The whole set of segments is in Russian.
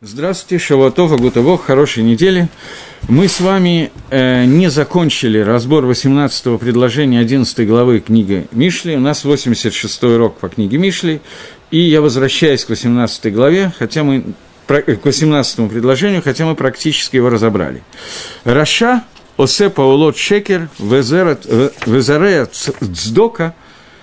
Здравствуйте, Шавуатов, Агутавох, хорошей недели. Мы с вами не закончили разбор 18-го предложения 11 главы книги Мишли. У нас 86-й урок по книге Мишли. И я возвращаюсь к 18 главе, к 18-му предложению, хотя мы практически его разобрали. Раша осе паулот шекер везарея цдока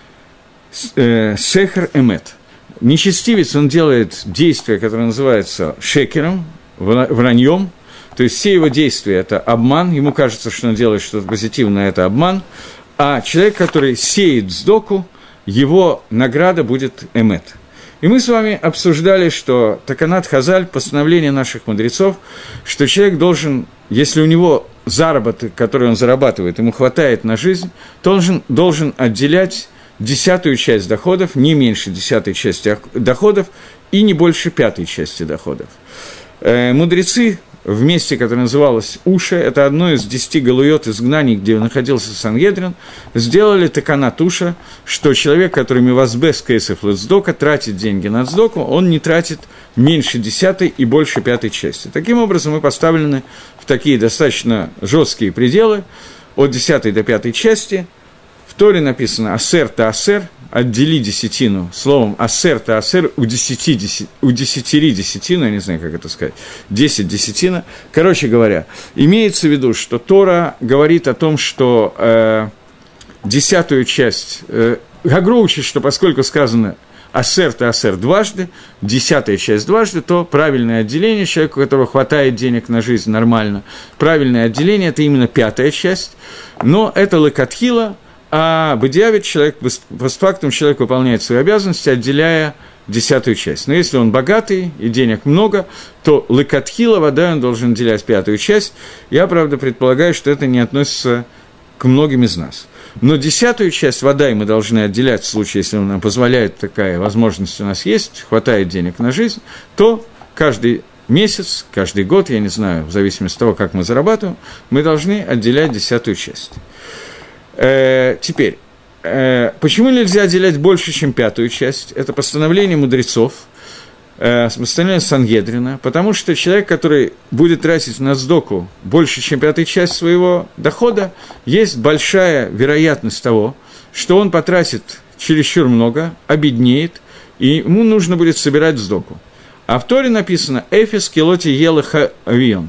сехер эмет. Нечестивец, он делает действие, которое называется шекером, враньем, то есть все его действия – это обман, ему кажется, что он делает что-то позитивное – это обман, а человек, который сеет цдоку, его награда будет эмет. И мы с вами обсуждали, что Таканат Хазаль, постановление наших мудрецов, что человек должен, если у него заработок, который он зарабатывает, ему хватает на жизнь, то он должен отделять 10-ю часть доходов, не меньше 10-й части доходов и не больше 5-й части доходов. Мудрецы в месте, которое называлось Уша, это одно из 10 галуйот изгнаний, где находился Сангедрин, сделали таканат Уша, что человек, который мивазбес кейсов лецдока, тратит деньги на цдоку, он не тратит меньше 10-й и больше 5-й части. Таким образом, мы поставлены в такие достаточно жесткие пределы от 10-й до 5-й части. В Торе написано «асер та асер», «отдели десятину», словом «асер та асер», «удесятери десятину», я не знаю, как это сказать, 10 десятина. Короче говоря, имеется в виду, что Тора говорит о том, что 10-ю часть, Гагро учит, что поскольку сказано «асер та асер» дважды, 10-я часть дважды, то правильное отделение, человеку, у которого хватает денег на жизнь нормально, правильное отделение – это именно 5-я часть, но это лекатхила. А бедиавит человек, постфактум человек выполняет свои обязанности, отделяя 10-ю часть. Но если он богатый и денег много, то лекатхила, вода, он должен отделять 5-ю часть. Я, правда, предполагаю, что это не относится к многим из нас. Но 10-ю часть вода мы должны отделять в случае, если он нам позволяет, такая возможность у нас есть, хватает денег на жизнь, то каждый месяц, каждый год, я не знаю, в зависимости от того, как мы зарабатываем, мы должны отделять 10-ю часть. Теперь, почему нельзя отделять больше, чем 5-ю часть? Это постановление мудрецов, постановление Сангедрина, потому что человек, который будет тратить на цдоку больше, чем 5-ю часть своего дохода, есть большая вероятность того, что он потратит чересчур много, обеднеет, и ему нужно будет собирать цдоку. А в Торе написано «Эфис килоти елеха авион».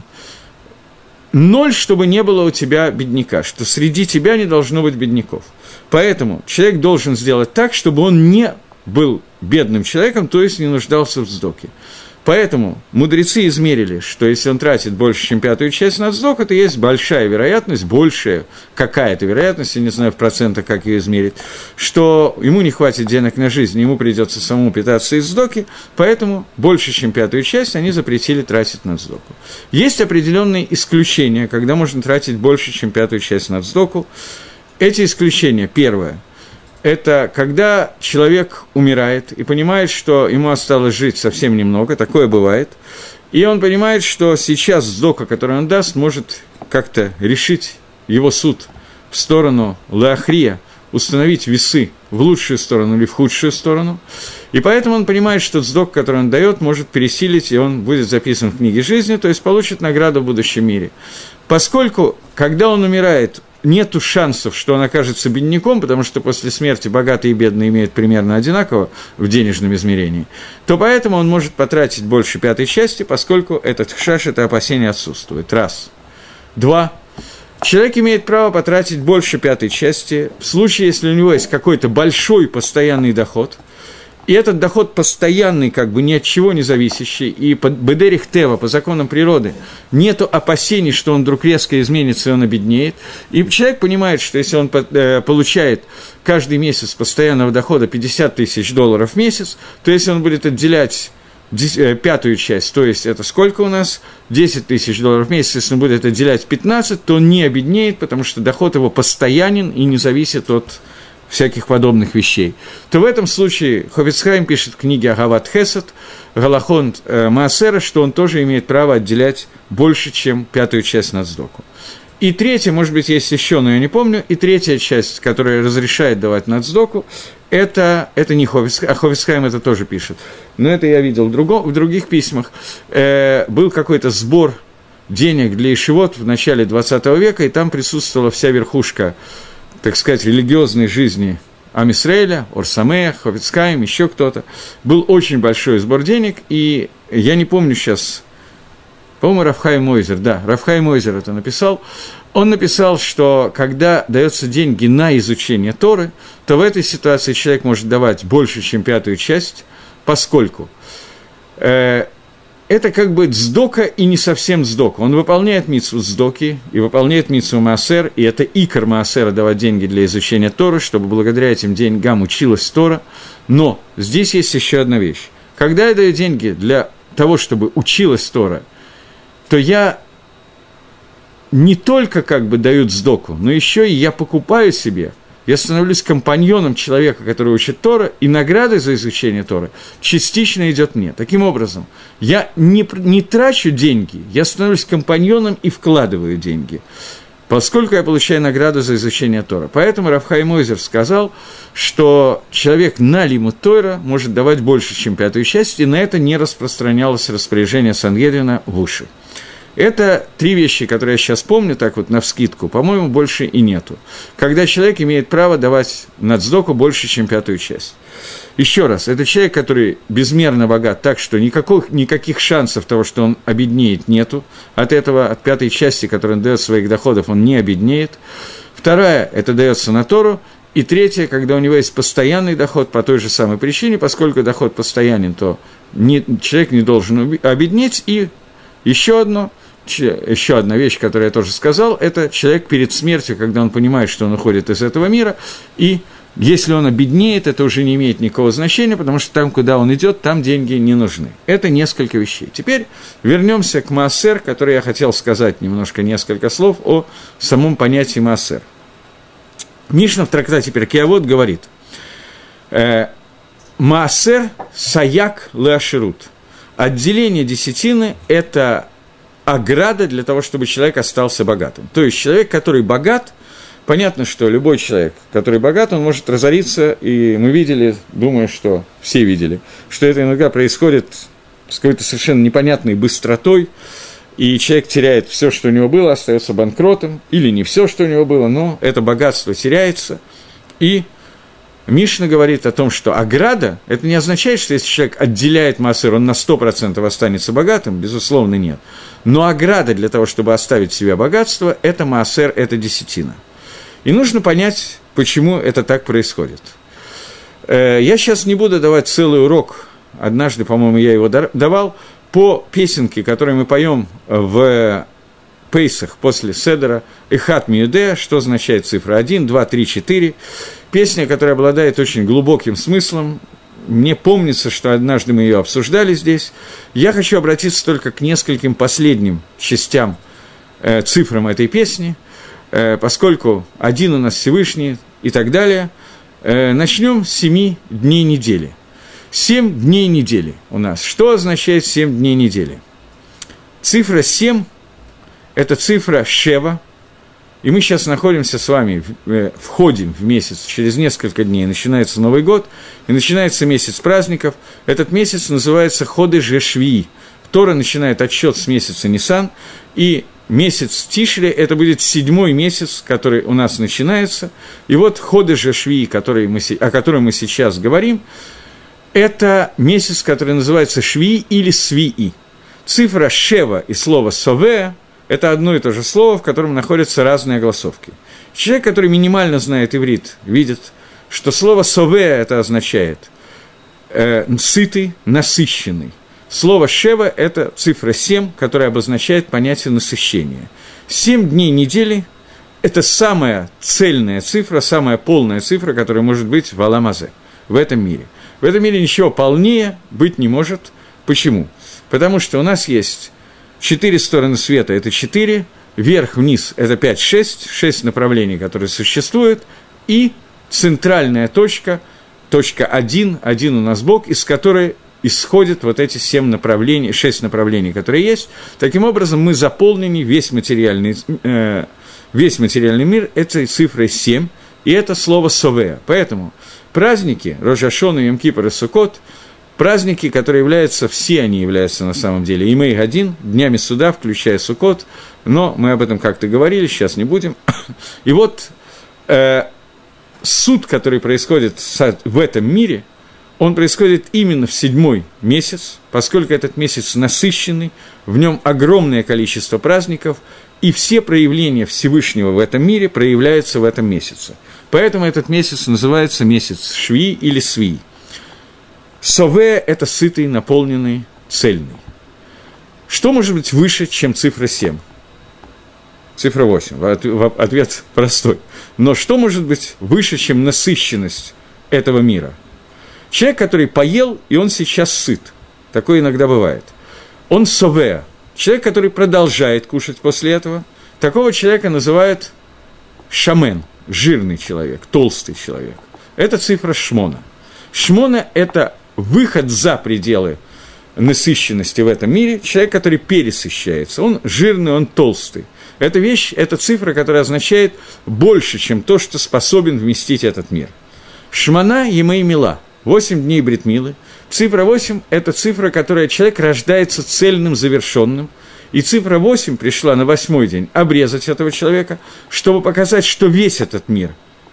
0, чтобы не было у тебя бедняка, что среди тебя не должно быть бедняков. Поэтому человек должен сделать так, чтобы он не был бедным человеком, то есть не нуждался в цдоке. Поэтому мудрецы измерили, что если он тратит больше, чем 5-ю часть на цдоку, то есть большая вероятность, большая какая-то вероятность, я не знаю в процентах, как ее измерить, что ему не хватит денег на жизнь, ему придется самому питаться из цдоки, поэтому больше, чем 5-ю часть они запретили тратить на цдоку. Есть определенные исключения, когда можно тратить больше, чем 5-ю часть на цдоку. Эти исключения, первое, это когда человек умирает и понимает, что ему осталось жить совсем немного, такое бывает, и он понимает, что сейчас цдока, которую он даст, может как-то решить его суд в сторону леахрия, установить весы в лучшую сторону или в худшую сторону, и поэтому он понимает, что цдока, который он дает, может пересилить, и он будет записан в книге жизни, то есть получит награду в будущем мире. Поскольку, когда он умирает, нету шансов, что он окажется бедняком, потому что после смерти богатые и бедные имеют примерно одинаково в денежном измерении, то поэтому он может потратить больше 5-й части, поскольку этот хшаш, это опасение отсутствует. Раз. Два. Человек имеет право потратить больше 5-й части в случае, если у него есть какой-то большой постоянный доход, и этот доход постоянный, как бы ни от чего не зависящий, и по бедерих тева, по законам природы, нету опасений, что он вдруг резко изменится, и он обеднеет. И человек понимает, что если он получает каждый месяц постоянного дохода $50 тысяч в месяц, то если он будет отделять 5-ю часть, то есть это сколько у нас? $10 тысяч в месяц, если он будет отделять 15, то он не обеднеет, потому что доход его постоянен и не зависит от всяких подобных вещей, то в этом случае Хафец Хаим пишет в книге Агават Хесед, Галахон Маасера, что он тоже имеет право отделять больше, чем 5-ю часть на цдоку. И третья, может быть, есть еще, но я не помню, и третья часть, которая разрешает давать на цдоку, это не Хофец, а Хофец Хаим это тоже пишет. Но это я видел в других письмах. Был какой-то сбор денег для ешивот в начале 20 века, и там присутствовала вся верхушка, так сказать, религиозной жизни Ам Исраэля, Ор Самеах, Хофец Хаим, еще кто-то. Был очень большой сбор денег, и я не помню сейчас, по-моему, Рав Хаим Ойзер, да, Рав Хаим Ойзер это написал. Он написал, что когда даются деньги на изучение Торы, то в этой ситуации человек может давать больше, чем 5 часть, поскольку это как бы цдока и не совсем цдока. Он выполняет мицву цдоки и выполняет мицву маасер, и это икор маасера давать деньги для изучения Торы, чтобы благодаря этим деньгам училась Тора. Но здесь есть еще одна вещь. Когда я даю деньги для того, чтобы училась Тора, то я не только как бы даю цдоку, но еще и я покупаю себе, я становлюсь компаньоном человека, который учит Тора, и награда за изучение Торы частично идет мне. Таким образом, я не трачу деньги, я становлюсь компаньоном и вкладываю деньги, поскольку я получаю награду за изучение Тора. Поэтому Рав Хаим Ойзер сказал, что человек на лимуд Тора может давать больше, чем 5 часть, и на это не распространялось распоряжение Сангедрина выше. Это 3 вещи, которые я сейчас помню, так вот навскидку, по-моему, больше и нету. Когда человек имеет право давать на цдоку больше, чем 5 часть. Еще раз, это человек, который безмерно богат, так что никаких шансов того, что он обеднеет, нету. От этого, от 5 части, которую он дает своих доходов, он не обеднеет. Вторая, это дается на Тору. И третье, когда у него есть постоянный доход по той же самой причине, поскольку доход постоянен, то человек не должен обеднеть. И еще одна вещь, которую я тоже сказал, это человек перед смертью, когда он понимает, что он уходит из этого мира, и если он обеднеет, это уже не имеет никакого значения, потому что там, куда он идет, там деньги не нужны. Это несколько вещей. Теперь вернемся к маасер, который я хотел сказать несколько слов о самом понятии маасер. Мишна в трактате Перкей Авот говорит: маасер саяк леаширут. Отделение десятины – это ограда для того, чтобы человек остался богатым. То есть человек, который богат, понятно, что любой человек, который богат, он может разориться, и мы видели, думаю, что все видели, что это иногда происходит с какой-то совершенно непонятной быстротой, и человек теряет все, что у него было, остается банкротом, или не все, что у него было, но это богатство теряется, и Мишна говорит о том, что ограда, это не означает, что если человек отделяет маасер, он на 100% останется богатым, безусловно, нет. Но ограда для того, чтобы оставить себе богатство, это маасер, это десятина. И нужно понять, почему это так происходит. Я сейчас не буду давать целый урок, однажды, по-моему, я его давал, по песенке, которую мы поем в Пейсах после Седера, «Эхат миюдея», что означает цифра 1, 2, 3, 4. Песня, которая обладает очень глубоким смыслом. Мне помнится, что однажды мы ее обсуждали здесь. Я хочу обратиться только к нескольким последним частям, цифрам этой песни, поскольку один у нас Всевышний и так далее. Начнем с 7 дней недели. 7 дней недели у нас. Что означает 7 дней недели? Цифра 7 – это цифра Шева, и мы сейчас находимся с вами, входим в месяц, через несколько дней начинается Новый год, и начинается месяц праздников. Этот месяц называется Ходеш Швии. Тора начинает отсчет с месяца Нисан, и месяц Тишре – это будет 7-й месяц, который у нас начинается. И вот Ходеш Швии, о котором мы сейчас говорим, это месяц, который называется Швии или Свии. Цифра Шева и слово Совеа – это одно и то же слово, в котором находятся разные огласовки. Человек, который минимально знает иврит, видит, что слово «совеа» это означает «сытый», «насыщенный». Слово «шева» – это цифра 7, которая обозначает понятие насыщения. 7 дней недели – это самая цельная цифра, самая полная цифра, которая может быть в Аламазе, в этом мире. В этом мире ничего полнее быть не может. Почему? Потому что у нас есть 4 стороны света – это 4, вверх-вниз – это 5-6, 6 направлений, которые существуют, и центральная точка, точка 1, один у нас Бог, из которой исходят вот эти 7 направлений, 6 направлений, которые есть. Таким образом, мы заполнены, весь материальный весь материальный мир, это цифра 7, и это слово «совеа». Поэтому праздники, Рош ха-Шана, Йом-Кипур и Суккот, праздники, которые являются, все они являются на самом деле, Имей Гадин, днями суда, включая Суккот, но мы об этом как-то говорили, сейчас не будем. И вот суд, который происходит в этом мире, он происходит именно в 7-й месяц, поскольку этот месяц насыщенный, в нем огромное количество праздников, и все проявления Всевышнего в этом мире проявляются в этом месяце. Поэтому этот месяц называется месяц Шви или Сви. Сове – это сытый, наполненный, цельный. Что может быть выше, чем цифра 7? Цифра 8. Ответ простой. Но что может быть выше, чем насыщенность этого мира? Человек, который поел, и он сейчас сыт. Такое иногда бывает. Он сове. Человек, который продолжает кушать после этого. Такого человека называют шамен, жирный человек, толстый человек. Это цифра шмона. Шмона – это выход за пределы насыщенности в этом мире. Человек, который пересыщается. Он жирный, он толстый. Эта вещь, это цифра, которая означает больше, чем то, что способен вместить этот мир. Шмона емей мила. 8 дней брит милы. Цифра 8 – это цифра, которая человек рождается цельным, завершенным. И цифра 8 пришла на 8-й день обрезать этого человека, чтобы показать, что весь этот мир,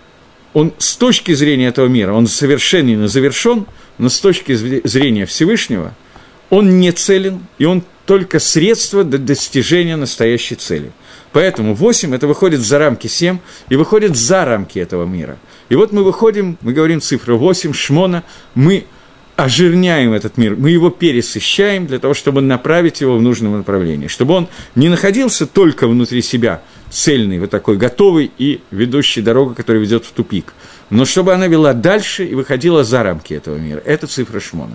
он с точки зрения этого мира, он совершенно завершен, но с точки зрения Всевышнего, он не целен, и он только средство для достижения настоящей цели. Поэтому 8 – это выходит за рамки 7 и выходит за рамки этого мира. И вот мы выходим, мы говорим цифру 8, шмона, мы ожирняем этот мир, мы его пересыщаем для того, чтобы направить его в нужном направлении, чтобы он не находился только внутри себя, цельный, вот такой, готовый и ведущий дорогу, которая ведет в тупик, но чтобы она вела дальше и выходила за рамки этого мира. Это цифра шмона.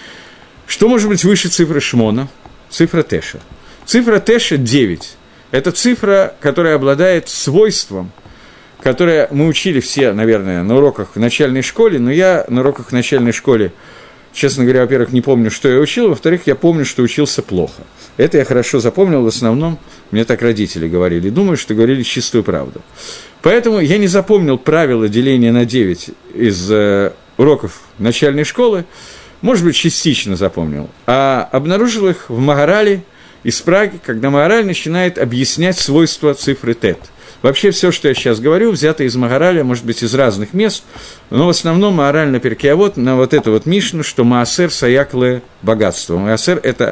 Что может быть выше цифры шмона? Цифра теша. Цифра теша 9. Это цифра, которая обладает свойством, которое мы учили все, наверное, на уроках в начальной школе, но я на уроках в начальной школе, честно говоря, во-первых, не помню, что я учил, во-вторых, я помню, что учился плохо. Это я хорошо запомнил, в основном мне так родители говорили, думаю, что говорили чистую правду. Поэтому я не запомнил правила деления на 9 из уроков начальной школы, может быть, частично запомнил, а обнаружил их в Магарале из Праги, когда Магараль начинает объяснять свойства цифры тет. Вообще, все, что я сейчас говорю, взято из Магараля, может быть, из разных мест, но в основном Магараль на Перкей Авот, на вот эту вот Мишну, что Маасер саякле богатство. Маасер – это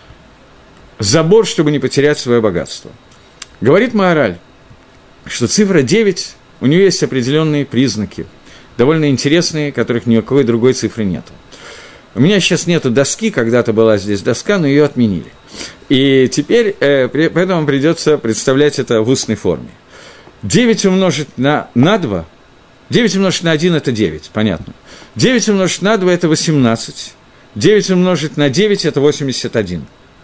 забор, чтобы не потерять свое богатство. Говорит Магараль, что цифра 9, у нее есть определенные признаки, довольно интересные, которых никакой другой цифры нет. У меня сейчас нету доски, когда-то была здесь доска, но ее отменили. И теперь, поэтому придется представлять это в устной форме. 9 умножить на 2, 9 умножить на 1 – это 9, понятно. 9 умножить на 2 – это 18, 9 умножить на 9 – это 81.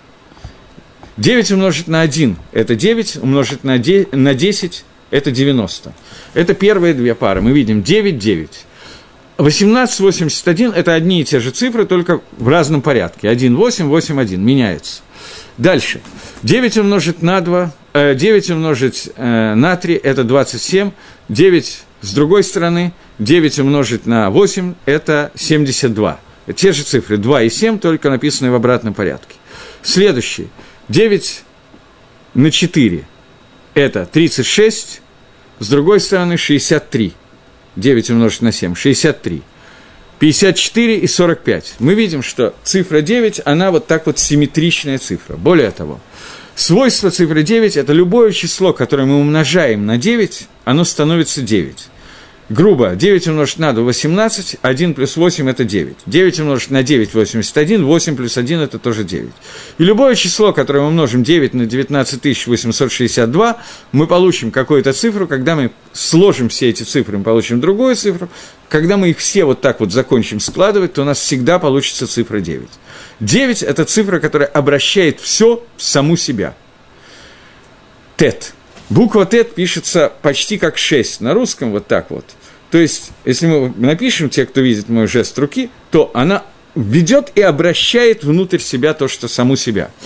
9 умножить на 1 – это 9, умножить на 10 – это 90. Это первые две пары, мы видим 9, 9. 18, 81 – это одни и те же цифры, только в разном порядке. 1, 8, 8, 1, меняется. Дальше. 9 умножить на 2, 9 умножить на 3 – это 27. 9 с другой стороны, 9 умножить на 8 – это 72. Те же цифры, 2 и 7, только написанные в обратном порядке. Следующий. 9 на 4 – это 36, с другой стороны 63. 9 умножить на 7 – 63. 54 и 45. Мы видим, что цифра 9, она вот так вот симметричная цифра. Более того, свойство цифры 9 – это любое число, которое мы умножаем на 9, оно становится 9. Грубо, 9 умножить на 2 – 18, 1 плюс 8 – это 9. 9 умножить на 9 – 81, 8 плюс 1 – это тоже 9. И любое число, которое мы умножим 9 на 19862, мы получим какую-то цифру, когда мы сложим все эти цифры, мы получим другую цифру. Когда мы их все вот так вот закончим складывать, то у нас всегда получится цифра 9. 9 – это цифра, которая обращает все в саму себя. Тет. Буква «тет» пишется почти как 6 на русском, вот так вот. То есть, если мы напишем, те, кто видит мой жест руки, то она ведет и обращает внутрь себя то, что саму себя.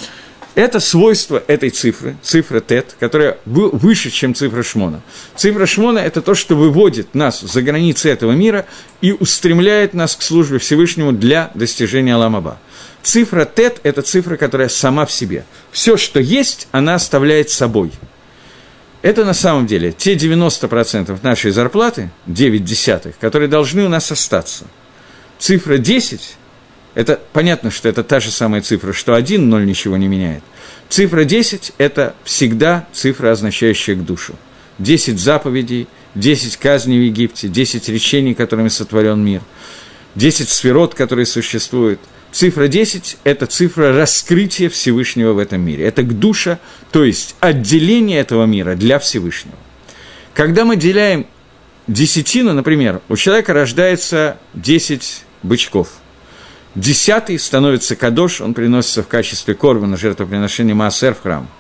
Это свойство этой цифры, цифра Тет, которая выше, чем цифра Шмона. Цифра Шмона – это то, что выводит нас за границы этого мира и устремляет нас к службе Всевышнему для достижения Олам Аба. Цифра Тет – это цифра, которая сама в себе. Все, что есть, она оставляет собой. Это на самом деле те 90% нашей зарплаты, 9 десятых, которые должны у нас остаться. Цифра 10 – это понятно, что это та же самая цифра, что 1, 0 ничего не меняет. Цифра 10 – это всегда цифра, означающая к душу. 10 заповедей, 10 казней в Египте, 10 речений, которыми сотворен мир, 10 сферот, которые существуют. Цифра 10 – это цифра раскрытия Всевышнего в этом мире. Это к душе, то есть отделение этого мира для Всевышнего. Когда мы деляем десятину, например, у человека рождается 10 бычков. 10-й становится кадош, он приносится в качестве корбана, жертвоприношения маасер в храм.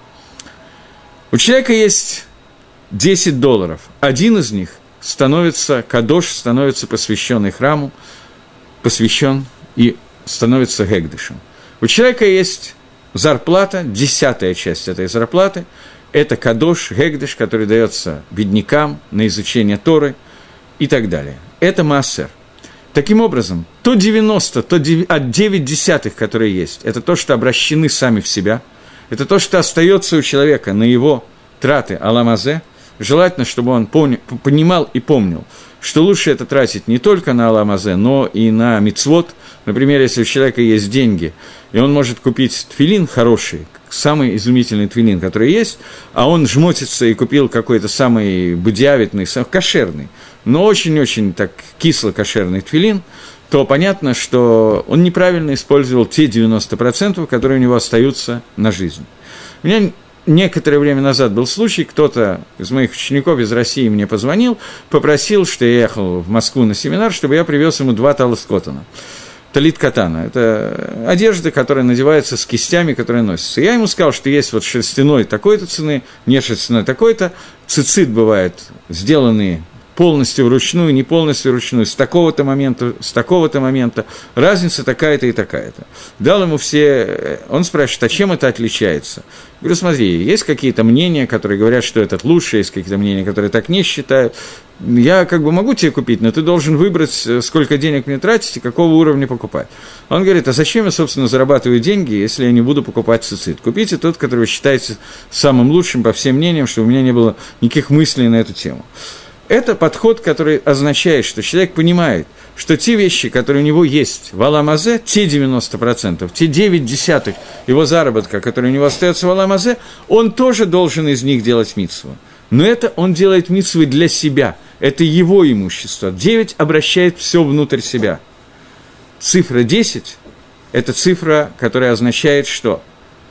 У человека есть $10. Один из них становится кадош, становится посвященный храму, посвящен и становится гекдышем. У человека есть зарплата, 10-я часть этой зарплаты – это кадош, гекдыш, который дается беднякам на изучение Торы и так далее. Это маасер. Таким образом, то 90, то 9 десятых, которые есть, это то, что обращены сами в себя, это то, что остается у человека на его траты Олам Азе. Желательно, чтобы он понимал и помнил, что лучше это тратить не только на Олам Азе, но и на мицвот. Например, если у человека есть деньги, и он может купить тфилин хороший, самый изумительный тфилин, который есть, а он жмотится и купил какой-то самый бадиавитный, кошерный, но очень-очень так кисло-кошерный тфилин, то понятно, что он неправильно использовал те 90%, которые у него остаются на жизнь. У меня некоторое время назад был случай, кто-то из моих учеников из России мне позвонил, попросил, что я ехал в Москву на семинар, чтобы я привез ему 2 талас котана. Талит катана – это одежда, которая надевается с кистями, которые носятся. Я ему сказал, что есть вот шерстяной такой-то цены, не шерстяной такой-то, цицит бывает сделанные полностью вручную, не полностью вручную, с такого-то момента, разница такая-то и такая-то. Дал ему все, он спрашивает, а чем это отличается? Говорю, смотри, есть какие-то мнения, которые говорят, что этот лучше, есть какие-то мнения, которые так не считают. Я как бы могу тебе купить, но ты должен выбрать, сколько денег мне тратить и какого уровня покупать. Он говорит, а зачем я, собственно, зарабатываю деньги, если я не буду покупать цицит? Купите тот, который вы считаете самым лучшим по всем мнениям, чтобы у меня не было никаких мыслей на эту тему. Это подход, который означает, что человек понимает, что те вещи, которые у него есть в Олам Азе, те 90%, те 9 десятых его заработка, которые у него остается в Олам Азе, он тоже должен из них делать мицву. Но это он делает мицвы для себя, это его имущество. 9 обращает все внутрь себя. Цифра 10 – это цифра, которая означает, что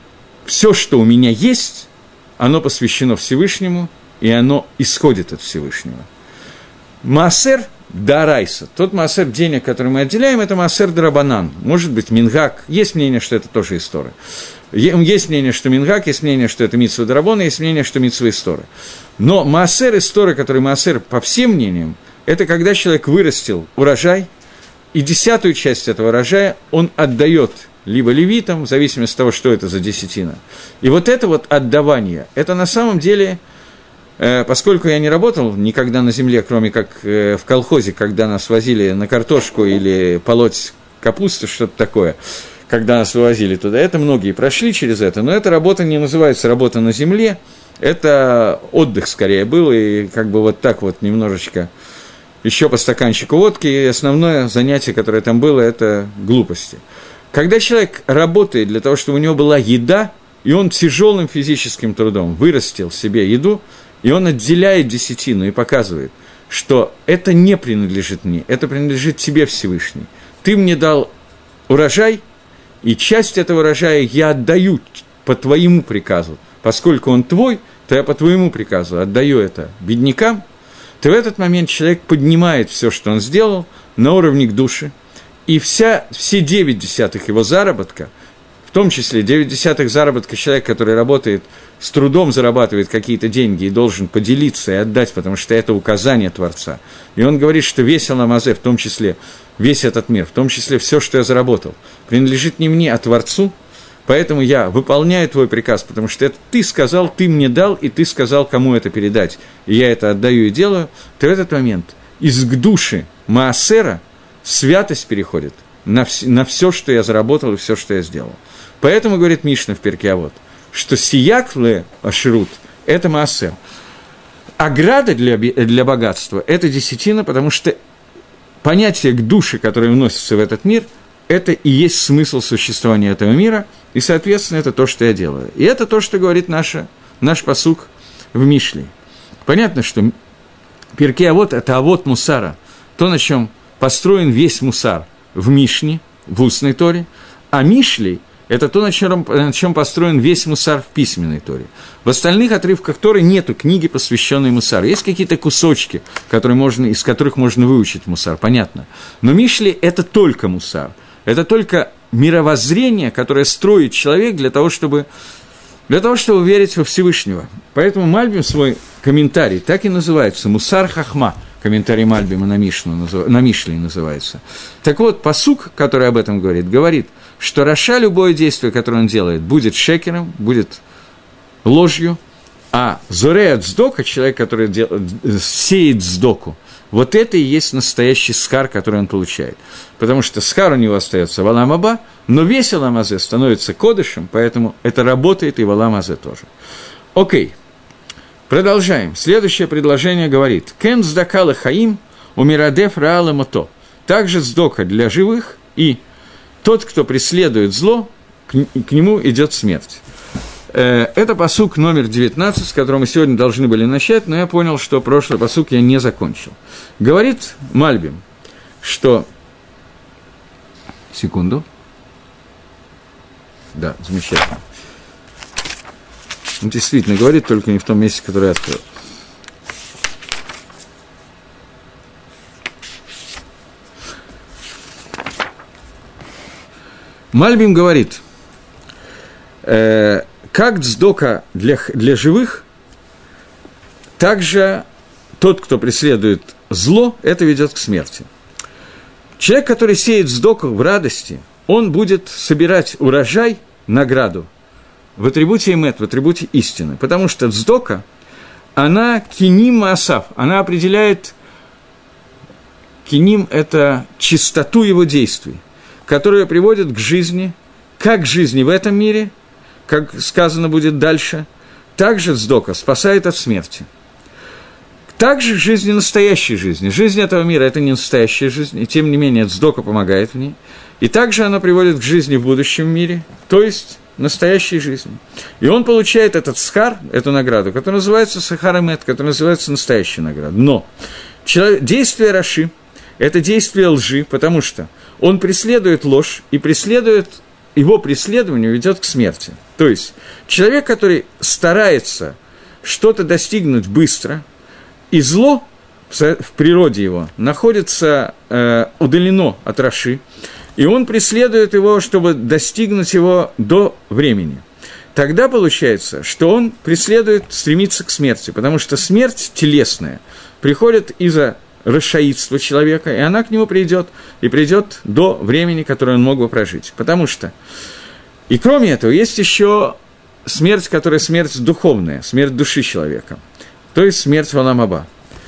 все, что у меня есть, оно посвящено Всевышнему, и оно исходит от Всевышнего. Маасер дарайса. Тот маасер денег, который мы отделяем, это маасер дарабанан. Может быть, мингак. Есть мнение, что это тоже история. Есть мнение, что мингак, есть мнение, что это мицва дарабона, есть мнение, что мицва история. Но маасер история, который маасер по всем мнениям, это когда человек вырастил урожай, и 10-ю часть этого урожая он отдает либо левитам, в зависимости от того, что это за десятина. И вот это вот отдавание, это на самом деле... Поскольку я не работал никогда на земле, кроме как в колхозе, когда нас возили на картошку или полоть капусту, что-то такое, когда нас вывозили туда, это многие прошли через это, но эта работа не называется работа на земле, это отдых скорее был, и как бы вот так вот немножечко, еще по стаканчику водки, и основное занятие, которое там было, это глупости. Когда человек работает для того, чтобы у него была еда, и он тяжелым физическим трудом вырастил себе еду, и он отделяет десятину и показывает, что это не принадлежит мне, это принадлежит тебе, Всевышний. Ты мне дал урожай, и часть этого урожая я отдаю по твоему приказу. Поскольку он твой, то я по твоему приказу отдаю это беднякам. То в этот момент человек поднимает все, что он сделал, на уровне к душе, и все 9 десятых его заработка, в том числе 9 десятых заработка человека, который работает, с трудом зарабатывает какие-то деньги и должен поделиться и отдать, потому что это указание Творца. И он говорит, что весь Олам Азе, в том числе весь этот мир, в том числе все, что я заработал, принадлежит не мне, а Творцу. поэтому я выполняю твой приказ, потому что это ты сказал, ты мне дал, и ты сказал, кому это передать, и я это отдаю и делаю, то в этот момент из души маасера святость переходит на все, что я заработал и все, что я сделал. Поэтому, говорит Мишна в Перке Авот, что сияк ле аширут – это маасер. Ограда для богатства – это десятина, потому что понятие к душе, которое вносится в этот мир, это и есть смысл существования этого мира, и, соответственно, это то, что я делаю. И это то, что говорит наш пасук в Мишле. Понятно, что Перке Авот – это Авот Мусара, то, на чем построен весь мусар в Мишне, в устной Торе, а Мишли – это то, на чем построен весь мусар в письменной Торе. В остальных отрывках Торы нету книги, посвященной мусару. Есть какие-то кусочки, из которых можно выучить мусар, понятно. Но Мишли – это только мусар. Это только мировоззрение, которое строит человек для того, чтобы верить во Всевышнего. Поэтому Мальбим свой комментарий так и называется «Мусар Хахма», комментарий Мальбима на Мишле называется. Так вот, пасук, который об этом говорит, что Раша любое действие, которое он делает, будет шекером, будет ложью, а Зорея Цдока, человек, который сеет Цдоку, вот это и есть настоящий схар, который он получает. Потому что схар у него остается в Олам Аба, но весь Олам Азе становится кодышем, поэтому это работает и в Олам Азе тоже. Окей. Продолжаем. Следующее предложение говорит: «Кен цдака лехаим умирадеф раала мото». Также цдока для живых, и тот, кто преследует зло, к нему идет смерть. Это пасук номер 19, с которого мы сегодня должны были начать, но я понял, что прошлый пасук я не закончил. Говорит Мальбим, что... Секунду. Да, замечательно. Он действительно говорит, только не в том месте, которое я открыл. Мальбим говорит, как цдока для живых, также тот, кто преследует зло, это ведет к смерти. Человек, который сеет цдоку в радости, он будет собирать урожай, награду, в атрибуте эмет, в атрибуте истины. Потому что цдока, она киним маасав, она определяет, киним – это чистоту его действий, которая приводит к жизни, как к жизни в этом мире, как сказано будет дальше, также цдока спасает от смерти. Также жизни, настоящей жизни. Жизнь этого мира – это не настоящая жизнь, и тем не менее цдока помогает в ней. И также она приводит к жизни в будущем мире, то есть настоящей жизни. И он получает этот схар, эту награду, которая называется сахар эмет, которая называется настоящая награда. Но действие Раши – это действие лжи, потому что он преследует ложь, и его преследование ведет к смерти. То есть человек, который старается что-то достигнуть быстро, и зло в природе его находится удалено от Раши, и он преследует его, чтобы достигнуть его до времени. Тогда получается, что он стремится к смерти, потому что смерть телесная приходит из-за рашаидства человека, и она к нему придет, и придет до времени, которое он мог бы прожить. Потому что, и кроме этого, есть еще смерть, которая смерть духовная, смерть души человека, то есть смерть в Олам Аба.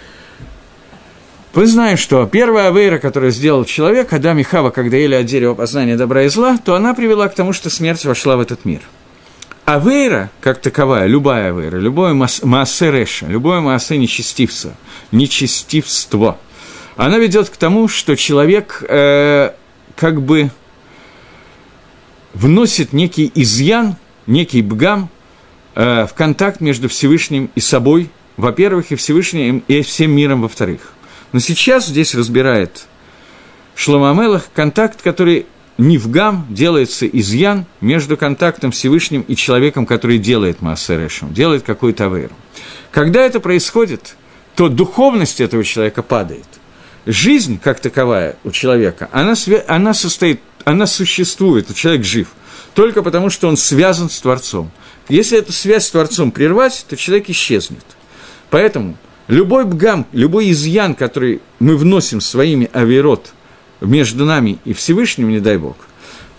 Мы знаем, что первая авейра, которую сделал человек, Адам и Хава, когда ели от дерева познания добра и зла, то она привела к тому, что смерть вошла в этот мир. Авейра, как таковая, любая авейра, любое маасе реша, любое маасе нечестивство, она ведет к тому, что человек как бы вносит некий изъян, некий бгам в контакт между Всевышним и собой, во-первых, и Всевышним, и всем миром, во-вторых. Но сейчас здесь разбирает Шломо ха-Мелех контакт, который не в гам, делается изъян между контактом Всевышним и человеком, который делает маасе решем, делает какую-то авейру. Когда это происходит, то духовность этого человека падает. Жизнь, как таковая у человека, она существует, человек жив, только потому, что он связан с Творцом. Если эту связь с Творцом прервать, то человек исчезнет. Поэтому любой бгам, любой изъян, который мы вносим своими авейрот между нами и Всевышним, не дай Бог,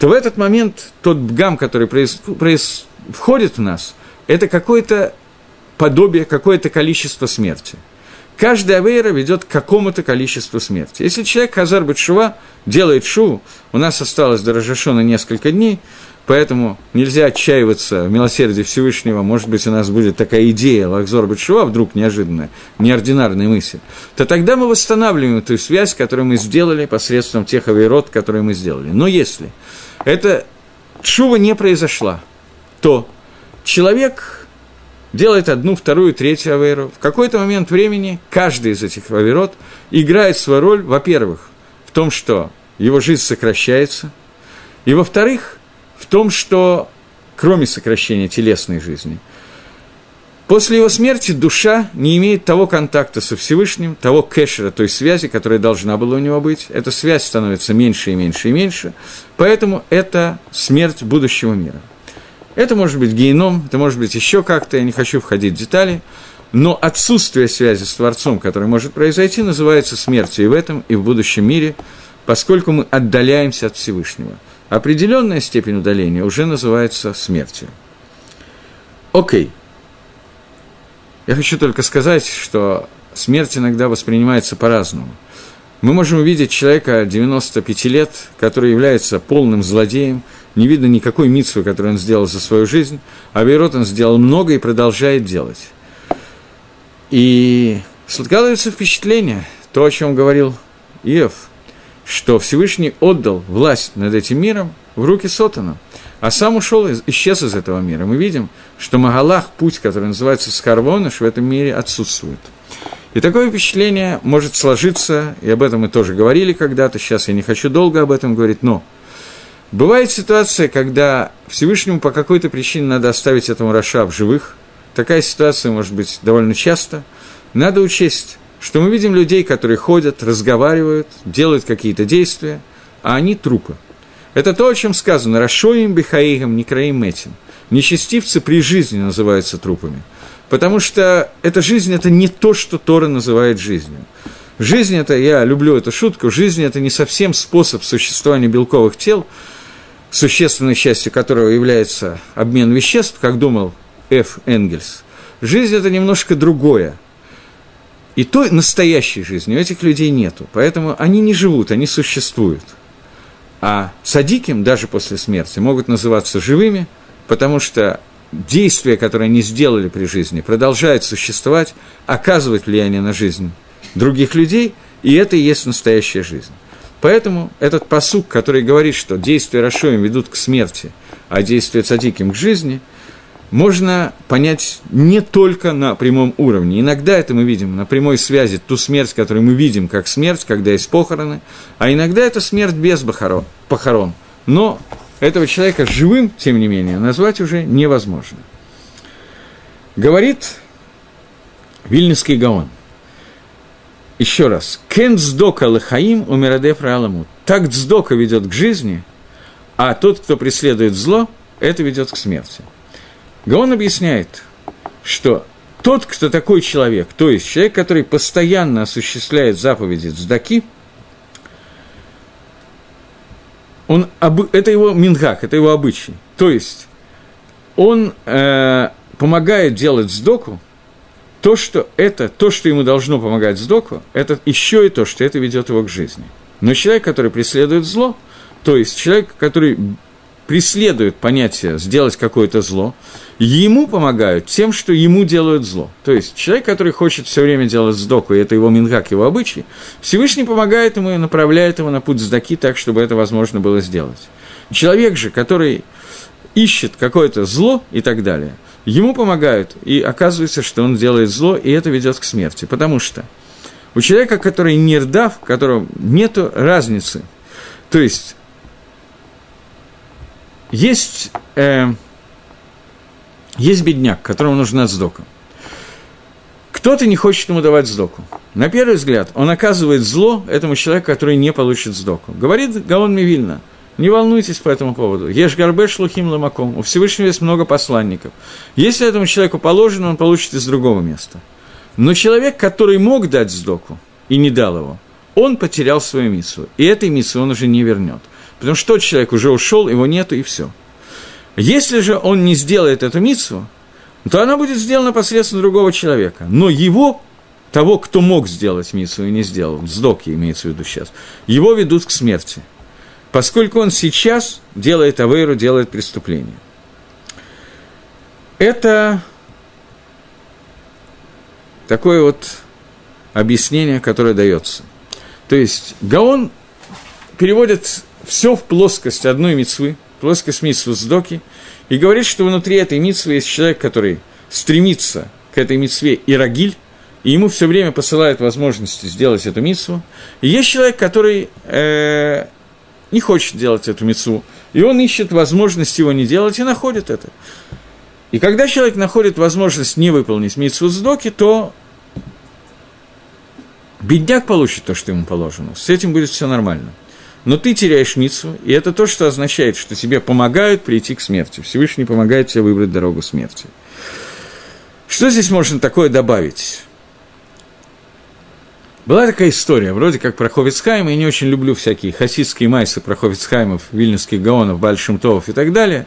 то в этот момент тот бгам, который входит в нас, это какое-то подобие, какое-то количество смерти. Каждая авейра ведет к какому-то количеству смерти. Если человек хазар бет шува, делает шуву, у нас осталось до Рош ха-Шана несколько дней, поэтому нельзя отчаиваться в милосердии Всевышнего. Может быть, у нас будет такая идея лахзор бет шува, вдруг неожиданная, неординарная мысль, то тогда мы восстанавливаем эту связь, которую мы сделали посредством тех авейрот, которые мы сделали. Но если эта шува не произошла, то человек делает одну, вторую, третью авейру. В какой-то момент времени каждый из этих авейрот играет свою роль, во-первых, в том, что его жизнь сокращается, и, во-вторых, в том, что, кроме сокращения телесной жизни, после его смерти душа не имеет того контакта со Всевышним, того кэшера, той связи, которая должна была у него быть. Эта связь становится меньше и меньше и меньше, поэтому это смерть будущего мира. Это может быть геном, это может быть еще как-то, я не хочу входить в детали, но отсутствие связи с Творцом, которое может произойти, называется смертью и в этом, и в будущем мире, поскольку мы отдаляемся от Всевышнего. Определенная степень удаления уже называется смертью. Окей. Я хочу только сказать, что смерть иногда воспринимается по-разному. Мы можем увидеть человека 95 лет, который является полным злодеем, не видно никакой мицвы, которую он сделал за свою жизнь, а авейрот он сделал много и продолжает делать. И складывается впечатление, то, о чем говорил Иов, что Всевышний отдал власть над этим миром в руки Сотана, а сам ушел, исчез из этого мира. Мы видим, что Магалах, путь, который называется Схарвоныш, в этом мире отсутствует. И такое впечатление может сложиться, и об этом мы тоже говорили когда-то, сейчас я не хочу долго об этом говорить, но бывает ситуация, когда Всевышнему по какой-то причине надо оставить этому раша в живых. Такая ситуация может быть довольно часто. Надо учесть, что мы видим людей, которые ходят, разговаривают, делают какие-то действия, а они трупы. Это то, о чем сказано «Рашоим бихаигам некраим этим». Нечестивцы при жизни называются трупами. Потому что эта жизнь – это не то, что Тора называет жизнью. Жизнь – это, я люблю эту шутку, жизнь – это не совсем способ существования белковых тел, существенной частью которого является обмен веществ, как думал Ф. Энгельс. Жизнь – это немножко другое. И той настоящей жизни у этих людей нету. Поэтому они не живут, они существуют. А цадиким даже после смерти могут называться живыми, потому что действия, которые они сделали при жизни, продолжают существовать, оказывать влияние на жизнь других людей, и это и есть настоящая жизнь. Поэтому этот пасук, который говорит, что действия рашоим ведут к смерти, а действия цадиким к жизни, можно понять не только на прямом уровне. Иногда это мы видим на прямой связи, ту смерть, которую мы видим как смерть, когда есть похороны, а иногда это смерть без похорон. Но этого человека живым, тем не менее, назвать уже невозможно. Говорит Вильнюсский Гаон. Еще раз. «Кен цдока лахаим умирадеф рааламут». Так цдока ведет к жизни, а тот, кто преследует зло, это ведет к смерти. Гаон объясняет, что тот, кто такой человек, то есть человек, который постоянно осуществляет заповеди цдаки, это его мингак, это его обычай. То есть он помогает делать цдоку, то, что ему должно помогать цдоку, это еще и то, что это ведет его к жизни. Но человек, который преследует зло, то есть человек, который преследует понятие «сделать какое-то зло», ему помогают тем, что ему делают зло. То есть человек, который хочет все время делать цдоку, и это его мингак, его обычай, Всевышний помогает ему и направляет его на путь цдаки так, чтобы это возможно было сделать. Человек же, который ищет какое-то зло и так далее, ему помогают, и оказывается, что он делает зло, и это ведет к смерти. Потому что у человека, который нирдав, у которого нет разницы, то есть есть бедняк, которому нужна цдока. Кто-то не хочет ему давать цдоку. На первый взгляд, он оказывает зло этому человеку, который не получит цдоку. Говорит Гаон Мивильна, не волнуйтесь по этому поводу. Еш гарбе шлухим ламаком. У Всевышнего есть много посланников. Если этому человеку положено, он получит из другого места. Но человек, который мог дать цдоку и не дал его, он потерял свою мицву. И этой мицвы он уже не вернет. потому что тот человек уже ушел, его нету, и все. Если же он не сделает эту мицву, то она будет сделана посредством другого человека. Но его, того, кто мог сделать мицву и не сделал, сдоки имеется в виду сейчас, его ведут к смерти, поскольку он сейчас делает авейру, делает преступление. Это такое вот объяснение, которое дается. То есть Гаон переводит все в плоскость одной мицвы, плоскость мицвы сдоки, и говорит, что внутри этой мицвы есть человек, который стремится к этой мицве и рагиль, и ему все время посылают возможности сделать эту мицву. И есть человек, который не хочет делать эту мицву, и он ищет возможность его не делать и находит это. И когда человек находит возможность не выполнить мицву сдоки, то бедняк получит то, что ему положено. С этим будет все нормально. Но ты теряешь мицву, и это то, что означает, что тебе помогают прийти к смерти. Всевышний помогает тебе выбрать дорогу смерти. Что здесь можно такое добавить? Была такая история, вроде как про Хофец Хаим, я не очень люблю всякие хасидские майсы про Хофец Хаимов, вильнюсских гаонов, Бааль Шем Товов и так далее,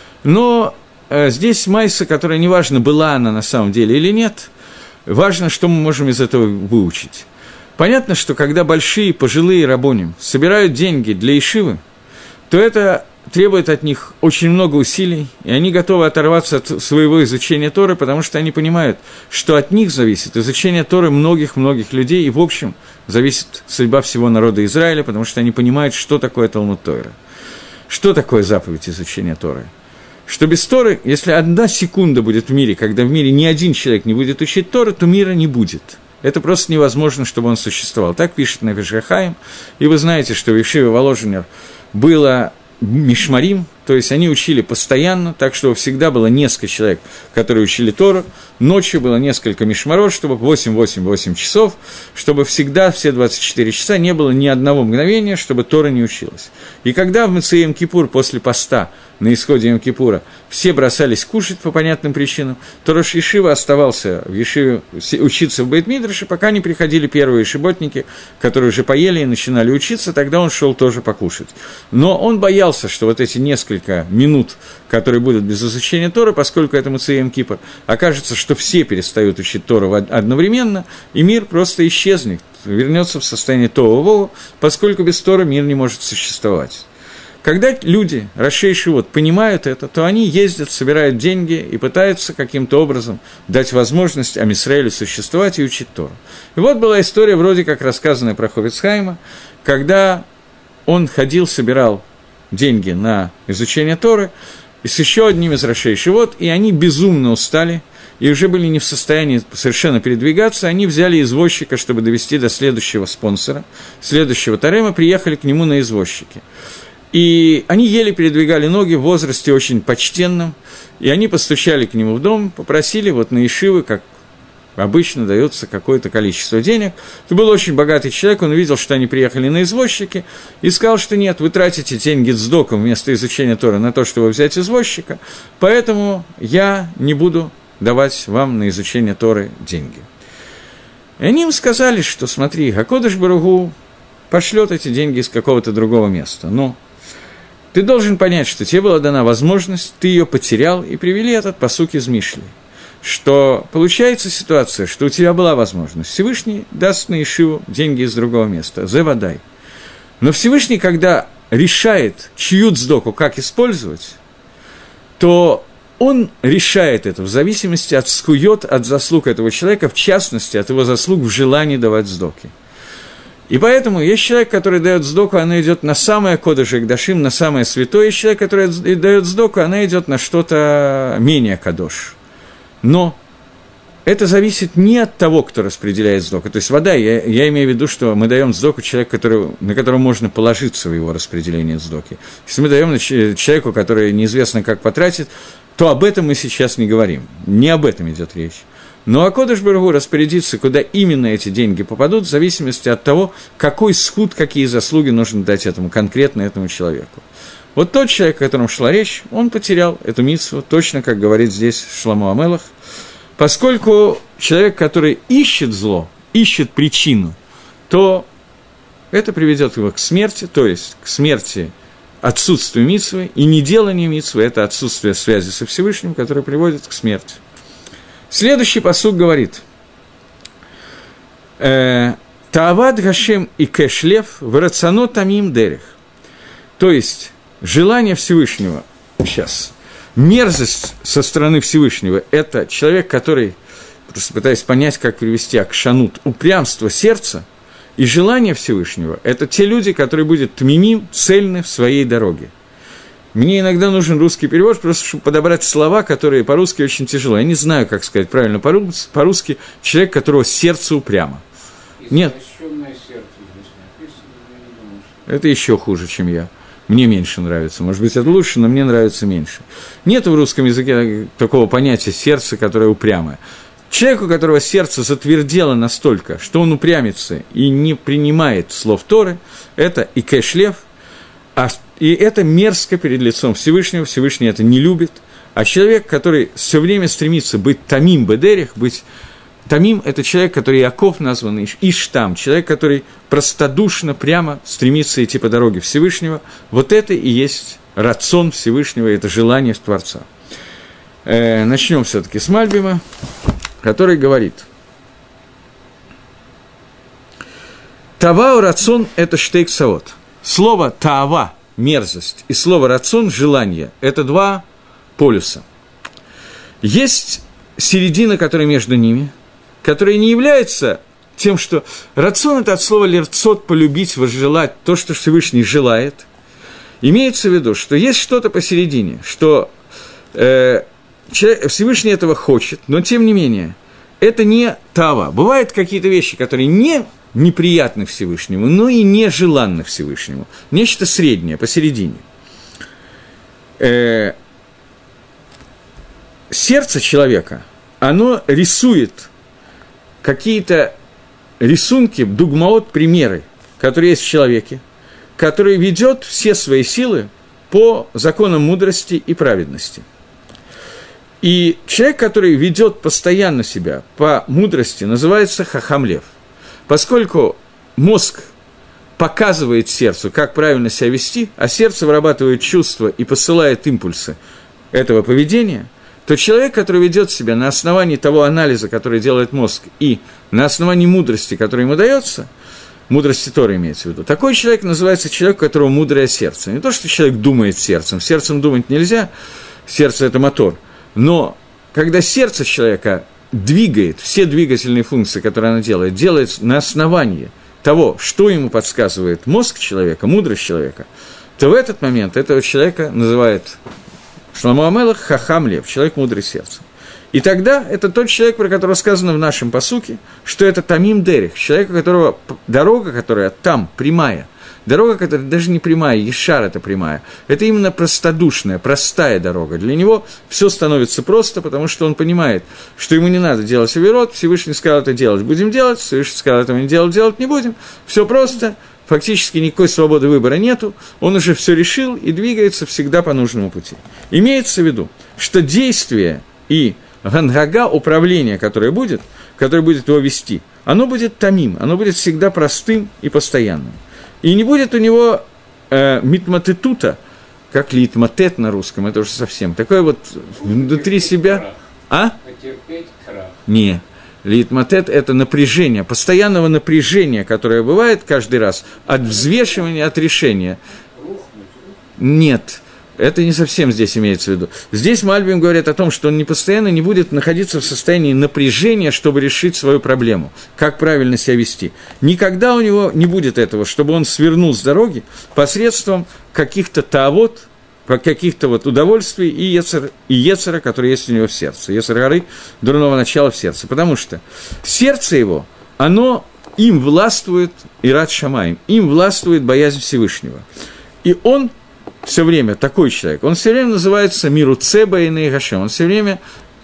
но здесь майса, которая неважно, была она на самом деле или нет, важно, что мы можем из этого выучить. Понятно, что когда большие пожилые рабоним собирают деньги для ешивы, то это требует от них очень много усилий, и они готовы оторваться от своего изучения Торы, потому что они понимают, что от них зависит изучение Торы многих-многих людей, и в общем зависит судьба всего народа Израиля, потому что они понимают, что такое Талмуд Тора, что такое заповедь изучения Торы. Что без Торы, если одна секунда будет в мире, когда в мире ни один человек не будет учить Торы, то мира не будет. Это просто невозможно, чтобы он существовал. Так пишет Нефеш ха-Хаим. И вы знаете, что в Ешиве Воложенер было мишмарим, то есть они учили постоянно, так что всегда было несколько человек, которые учили Тору. Ночью было несколько мишмарот, чтобы 8 часов, чтобы всегда все 24 часа не было ни одного мгновения, чтобы Тора не училась. И когда в Мецей Йом-Кипур после поста, на исходе Йом-Кипура, все бросались кушать по понятным причинам, то Рош Ешива оставался в Ешиве учиться в Бейт-Мидраше, пока не приходили первые ешиботники, которые уже поели и начинали учиться, тогда он шел тоже покушать. Но он боялся, что вот эти несколько минут, которые будут без изучения Торы, поскольку это Мецей Йом-Кипур, окажется, что все перестают учить Тору одновременно, и мир просто исчезнет, вернется в состояние тоу-воу, поскольку без Торы мир не может существовать. Когда люди, рашей шивот, понимают это, то они ездят, собирают деньги и пытаются каким-то образом дать возможность Ам Исраэлю существовать и учить Тору. И вот была история, вроде как рассказанная про Хофец Хаима, когда он ходил, собирал деньги на изучение Торы, и с еще одним из рашей шивот, и они безумно устали, и уже были не в состоянии совершенно передвигаться, они взяли извозчика, чтобы довести до следующего спонсора, следующего тарема, приехали к нему на извозчике. И они еле передвигали ноги в возрасте очень почтенном, и они постучали к нему в дом, попросили вот на ешивы, как обычно дается какое-то количество денег. Это был очень богатый человек, он увидел, что они приехали на извозчике, и сказал, что нет, вы тратите деньги цдоком вместо изучения Торы на то, чтобы взять извозчика, поэтому я не буду давать вам на изучение Торы деньги. И они им сказали, что смотри, Акодыш Барух Ху пошлет эти деньги из какого-то другого места, но ты должен понять, что тебе была дана возможность, ты ее потерял, и привели этот пасук из Мишли. Что получается ситуация, что у тебя была возможность. Всевышний даст на ешиву деньги из другого места, зевадай. Но Всевышний, когда решает, чью цдоку как использовать, то он решает это в зависимости от скуйот, от заслуг этого человека, в частности, от его заслуг в желании давать цдоки. И поэтому есть человек, который дает цдоку, она идет на самое кодеш экдашим, на самое святое. Есть человек, который дает цдоку, она идет на что-то менее кадош. Но это зависит не от того, кто распределяет цдоку. То есть вода, я имею в виду, что мы даем цдоку человеку, на которого можно положиться в его распределение цдоки. Если мы даем человеку, который неизвестно как потратит, то об этом мы сейчас не говорим. Не об этом идет речь. Но Акодыш Барух Ху распорядится, куда именно эти деньги попадут, в зависимости от того, какой схуд, какие заслуги нужно дать конкретно этому человеку. Вот тот человек, о котором шла речь, он потерял эту мицву, точно как говорит здесь Шломо ха-Мелех, поскольку человек, который ищет зло, ищет причину, то это приведет его к смерти, то есть к смерти отсутствие мицвы, и неделание мицвы – это отсутствие связи со Всевышним, которое приводит к смерти. Следующий пасук говорит: «Таавад Гашем и кэшлев врацано тамим дерех». То есть, желание Всевышнего, сейчас, мерзость со стороны Всевышнего – это человек, который, просто пытаюсь понять, как перевести акшанут, упрямство сердца, и желание Всевышнего – это те люди, которые будут тмимим, цельны в своей дороге. Мне иногда нужен русский перевод, просто чтобы подобрать слова, которые по-русски очень тяжело. Я не знаю, как сказать правильно по-русски, человек, которого сердце упрямо. Нет. Это еще хуже, чем я. Мне меньше нравится. Может быть, это лучше, но мне нравится меньше. Нет в русском языке такого понятия «сердце, которое упрямое». Человек, у которого сердце затвердело настолько, что он упрямится и не принимает слов Торы, это и кэшлев, и это мерзко перед лицом Всевышнего, Всевышний это не любит. А человек, который все время стремится быть тамим бедерих, быть тамим – это человек, который Иаков назван Иштам, человек, который простодушно, прямо стремится идти по дороге Всевышнего. Вот это и есть рацион Всевышнего, это желание Творца. Начнем все-таки с Мальбима, который говорит: «Тавау рацион – это штейк-савот». Слово «таава» – мерзость, и слово «рацион» – желание – это два полюса. Есть середина, которая между ними, которая не является тем, что рацион – это от слова «лерцот» – полюбить, возжелать, то, что Всевышний желает. Имеется в виду, что есть что-то посередине, что Всевышний этого хочет, но тем не менее, это не тава. Бывают какие-то вещи, которые не неприятны Всевышнему, но и нежеланны Всевышнему. Нечто среднее, посередине. Сердце человека, оно рисует какие-то рисунки, дугмаот, примеры, которые есть в человеке, который ведет все свои силы по законам мудрости и праведности. И человек, который ведет постоянно себя по мудрости, называется хахам-лев. Поскольку мозг показывает сердцу, как правильно себя вести, а сердце вырабатывает чувства и посылает импульсы этого поведения, то человек, который ведет себя на основании того анализа, который делает мозг, и на основании мудрости, которая ему дается, мудрости Торы имеется в виду, такой человек называется человек, у которого мудрое сердце. Не то, что человек думает сердцем думать нельзя, сердце – это мотор, но когда сердце человека двигает все двигательные функции, которые оно делает на основании того, что ему подсказывает мозг человека, мудрость человека, то в этот момент этого человека называют Шломо ха-Мелех хахам-лев, человек мудрый сердцем. И тогда это тот человек, про которого сказано в нашем пасуке, что это тамим дерих, человек, у которого дорога, которая там прямая, дорога, которая даже не прямая, ешар это прямая, это именно простодушная, простая дорога. Для него все становится просто, потому что он понимает, что ему не надо делать авирот, Всевышний сказал это делать, будем делать, Всевышний сказал этого не делать не будем, все просто, фактически никакой свободы выбора нету, он уже все решил и двигается всегда по нужному пути. Имеется в виду, что действие и гангага, управление, которое будет его вести, оно будет тамим, оно будет всегда простым и постоянным. И не будет у него митматетута, как литматет на русском, это уже совсем, такое вот внутри себя... А? Потерпеть крах. Не. Литматет – это напряжение, постоянного напряжения, которое бывает каждый раз, от взвешивания, от решения. Нет. Это не совсем здесь имеется в виду. Здесь Мальбим говорит о том, что он постоянно не будет находиться в состоянии напряжения, чтобы решить свою проблему, как правильно себя вести. Никогда у него не будет этого, чтобы он свернул с дороги посредством каких-то таавот, каких-то вот удовольствий и ецера, которые есть у него в сердце. Ецер горы дурного начала в сердце. Потому что сердце его, оно им властвует ират шамаим, им властвует боязнь Всевышнего. И он все время, такой человек, он все время называется миру цеба и нейгашем, он все время,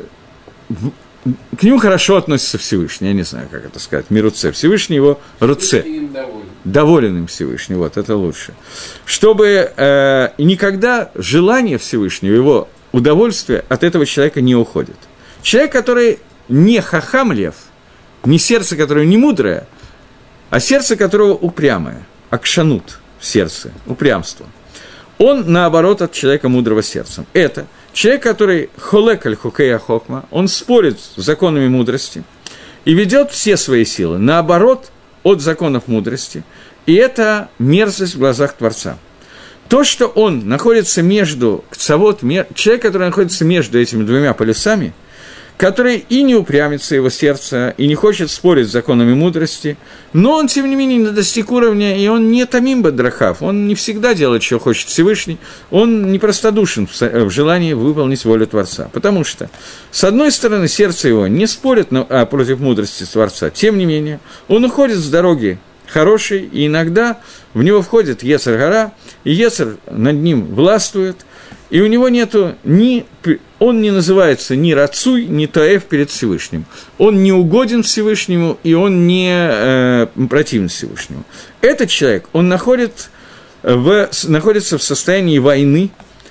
к нему хорошо относится Всевышний, я не знаю, как это сказать, миру це, Всевышний его руце, доволен им Всевышний, вот, это лучше. Чтобы никогда желание Всевышнего, его удовольствие от этого человека не уходит. Человек, который не хахам-лев, не сердце, которое не мудрое, а сердце, которого упрямое, акшанут в сердце, упрямство. он, наоборот, от человека мудрого сердцем. Это человек, который холек аль хукея хокма, он спорит с законами мудрости и ведет все свои силы, наоборот, от законов мудрости, и это мерзость в глазах Творца. То, что он находится между, человек, который находится между этими двумя полюсами, который и не упрямится его сердце, и не хочет спорить с законами мудрости, но он, тем не менее, не достиг уровня, и он не тамим бадрахав, он не всегда делает, что хочет Всевышний, он не простодушен в желании выполнить волю Творца. Потому что, с одной стороны, сердце его не спорит против мудрости Творца, тем не менее, он уходит с дороги хороший, и иногда в него входит Йецер гара, и Йецер над ним властвует, и у него нету он не называется ни рацуй, ни таэф перед Всевышним. Он не угоден Всевышнему, и он не противен Всевышнему. Этот человек, он находится в состоянии войны,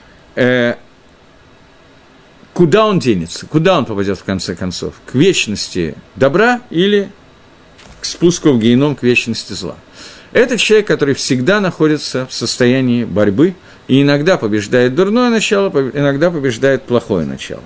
куда он денется, куда он попадет в конце концов, к вечности добра или к спуску в геном, к вечности зла. Это человек, который всегда находится в состоянии борьбы, и иногда побеждает дурное начало, иногда побеждает плохое начало.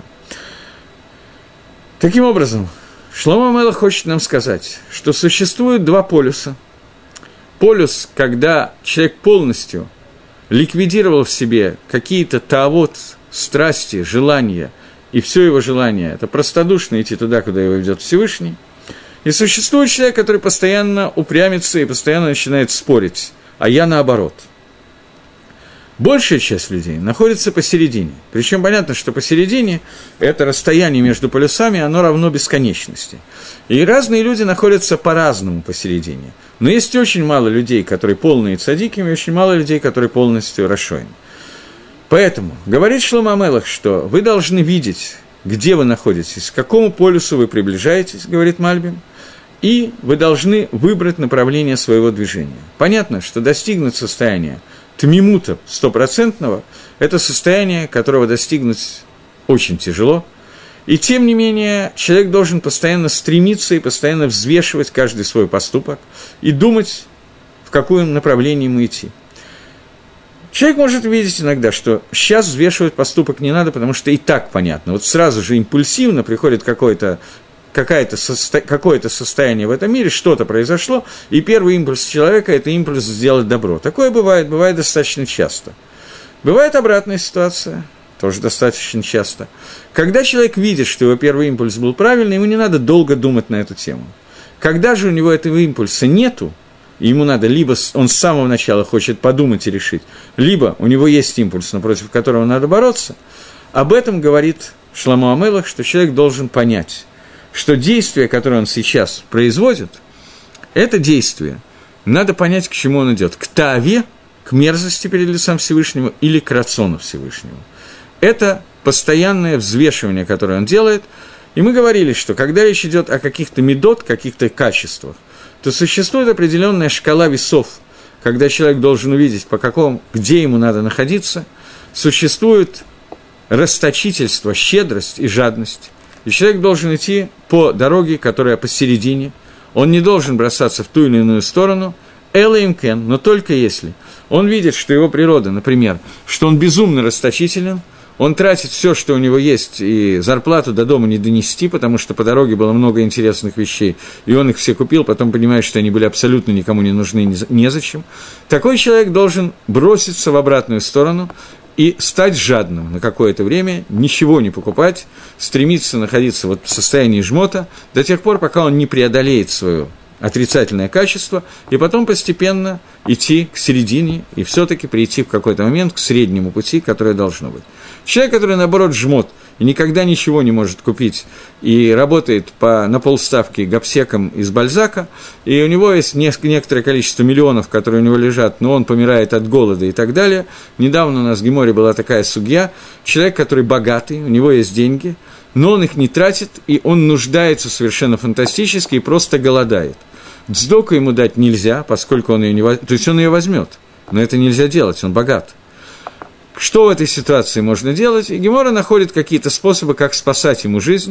Таким образом, Шломо ха-Мелех хочет нам сказать, что существует два полюса. Полюс, когда человек полностью ликвидировал в себе какие-то таавот, страсти, желания, и все его желание – это простодушно идти туда, куда его ведет Всевышний. И существует человек, который постоянно упрямится и постоянно начинает спорить, а я наоборот. Большая часть людей находится посередине. Причем понятно, что посередине это расстояние между полюсами, оно равно бесконечности. И разные люди находятся по-разному посередине. Но есть очень мало людей, которые полные цадиким, и очень мало людей, которые полностью рашоим. Поэтому говорит Шломо ха-Мелех, что вы должны видеть, где вы находитесь, к какому полюсу вы приближаетесь, говорит Мальбим, и вы должны выбрать направление своего движения. Понятно, что достигнуть состояния тмимута стопроцентного – это состояние, которого достигнуть очень тяжело, и тем не менее человек должен постоянно стремиться и постоянно взвешивать каждый свой поступок и думать, в каком направлении ему идти. Человек может видеть иногда, что сейчас взвешивать поступок не надо, потому что и так понятно. Вот сразу же импульсивно приходит какое-то состояние в этом мире, что-то произошло, и первый импульс человека – это импульс сделать добро. Такое бывает достаточно часто. Бывает обратная ситуация, тоже достаточно часто. Когда человек видит, что его первый импульс был правильный, ему не надо долго думать на эту тему. Когда же у него этого импульса нету, и ему надо, либо он с самого начала хочет подумать и решить, либо у него есть импульс, но против которого надо бороться, об этом говорит Шломо ха-Мелех, что человек должен понять, что действие, которое он сейчас производит, это действие, надо понять, к чему он идет, к тааве, к мерзости перед лицом Всевышнего или к рациону Всевышнего. Это постоянное взвешивание, которое он делает, и мы говорили, что когда речь идет о каких-то медот, каких-то качествах, то существует определенная шкала весов, когда человек должен увидеть, где ему надо находиться, существует расточительство, щедрость и жадность, и человек должен идти по дороге, которая посередине, он не должен бросаться в ту или иную сторону, элэйм кен, но только если он видит, что его природа, например, что он безумно расточителен, он тратит все, что у него есть, и зарплату до дома не донести, потому что по дороге было много интересных вещей, и он их все купил, потом понимает, что они были абсолютно никому не нужны, незачем. Такой человек должен броситься в обратную сторону и стать жадным на какое-то время, ничего не покупать, стремиться находиться в состоянии жмота до тех пор, пока он не преодолеет свое отрицательное качество, и потом постепенно идти к середине и все-таки прийти в какой-то момент к среднему пути, которое должно быть. Человек, который, наоборот, жмот и никогда ничего не может купить, и работает на полставки гопсеком из Бальзака, и у него есть некоторое количество миллионов, которые у него лежат, но он помирает от голода и так далее. Недавно у нас в Геморе была такая сугья, человек, который богатый, у него есть деньги, но он их не тратит, и он нуждается совершенно фантастически и просто голодает. Цдоку ему дать нельзя, поскольку он ее не возьмет, то есть он ее возьмет, но это нельзя делать, он богат. Что в этой ситуации можно делать? И Гемора находит какие-то способы, как спасать ему жизнь,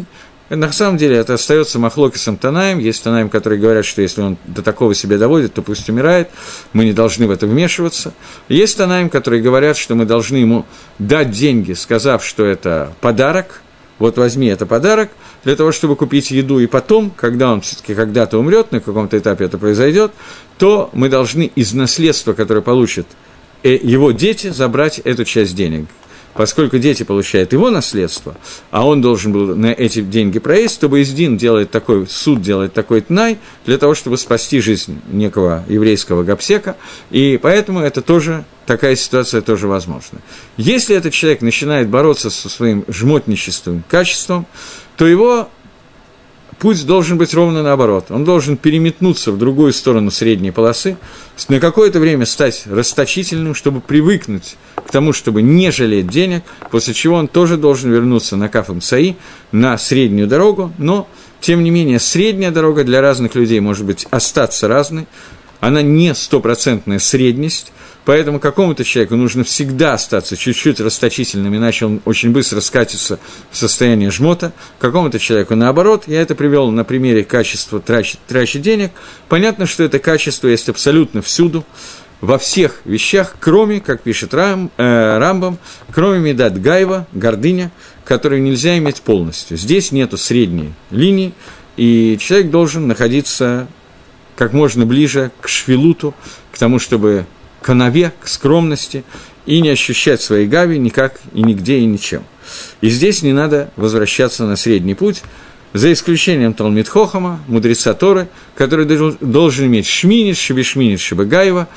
На самом деле это остается махлокисом Танаим. Есть Танаим, которые говорят, что если он до такого себя доводит, то пусть умирает, мы не должны в это вмешиваться. Есть Танаим, которые говорят, что мы должны ему дать деньги, сказав, что это подарок. Вот возьми, это подарок, для того, чтобы купить еду, и потом, когда он все-таки когда-то умрет, на каком-то этапе это произойдет, то мы должны из наследства, которое получат его дети, забрать эту часть денег. Поскольку дети получают его наследство, а он должен был на эти деньги проесть, то Бейс-Дин делает такой, суд делает такой тнай для того, чтобы спасти жизнь некого еврейского гапсека, и поэтому это тоже, такая ситуация тоже возможна. Если этот человек начинает бороться со своим жмотничеством, качеством, то его путь должен быть ровно наоборот. Он должен переметнуться в другую сторону средней полосы, на какое-то время стать расточительным, чтобы привыкнуть к тому, чтобы не жалеть денег, после чего он тоже должен вернуться на Каф Мцаи, на среднюю дорогу, но, тем не менее, средняя дорога для разных людей может быть остаться разной, она не стопроцентная средность, поэтому какому-то человеку нужно всегда остаться чуть-чуть расточительным, иначе он очень быстро скатится в состояние жмота, какому-то человеку наоборот. Я это привел на примере качества трачи денег. Понятно, что это качество есть абсолютно всюду, во всех вещах, кроме, как пишет Рамбам, кроме медат гайва, гордыня, которую нельзя иметь полностью. Здесь нету средней линии, и человек должен находиться как можно ближе к швилуту, к тому, чтобы к канаве, к скромности, и не ощущать своей гави никак и нигде и ничем. И здесь не надо возвращаться на средний путь, за исключением Талмид Хохама, мудреца Торы, который должен иметь шминит, шебешминит, шебегаева,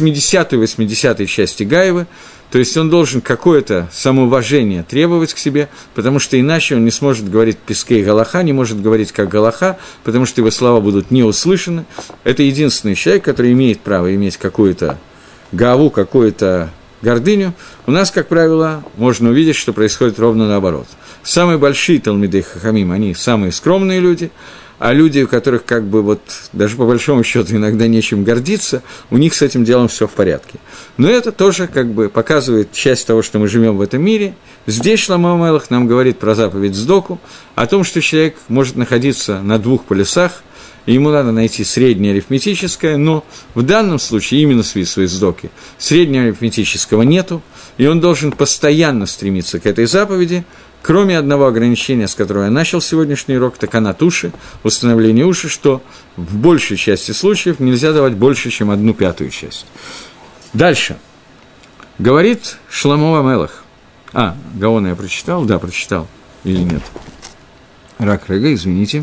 80-й части гаевы, то есть он должен какое-то самоуважение требовать к себе, потому что иначе он не сможет говорить пескей галаха, не может говорить как галаха, потому что его слова будут не услышаны. Это единственный человек, который имеет право иметь какую-то гаву, какую-то гордыню. У нас, как правило, можно увидеть, что происходит ровно наоборот. Самые большие талмидей хахамим, они самые скромные люди, а люди, у которых как бы вот даже по большому счету иногда нечем гордиться, у них с этим делом все в порядке. Но это тоже как бы показывает часть того, что мы живем в этом мире. Здесь Шломо ха-Мелех нам говорит про заповедь Сдоку, о том, что человек может находиться на двух полюсах, и ему надо найти среднее арифметическое, но в данном случае именно с своей Сдоки среднего арифметического нету, и он должен постоянно стремиться к этой заповеди, кроме одного ограничения, с которого я начал сегодняшний урок, так канат уши, установление уши, что в большей части случаев нельзя давать больше, чем 1/5 часть. Дальше. Говорит Шломо ха-Мелех. Гаона я прочитал? Да, прочитал. Или нет? Рак Рега, извините.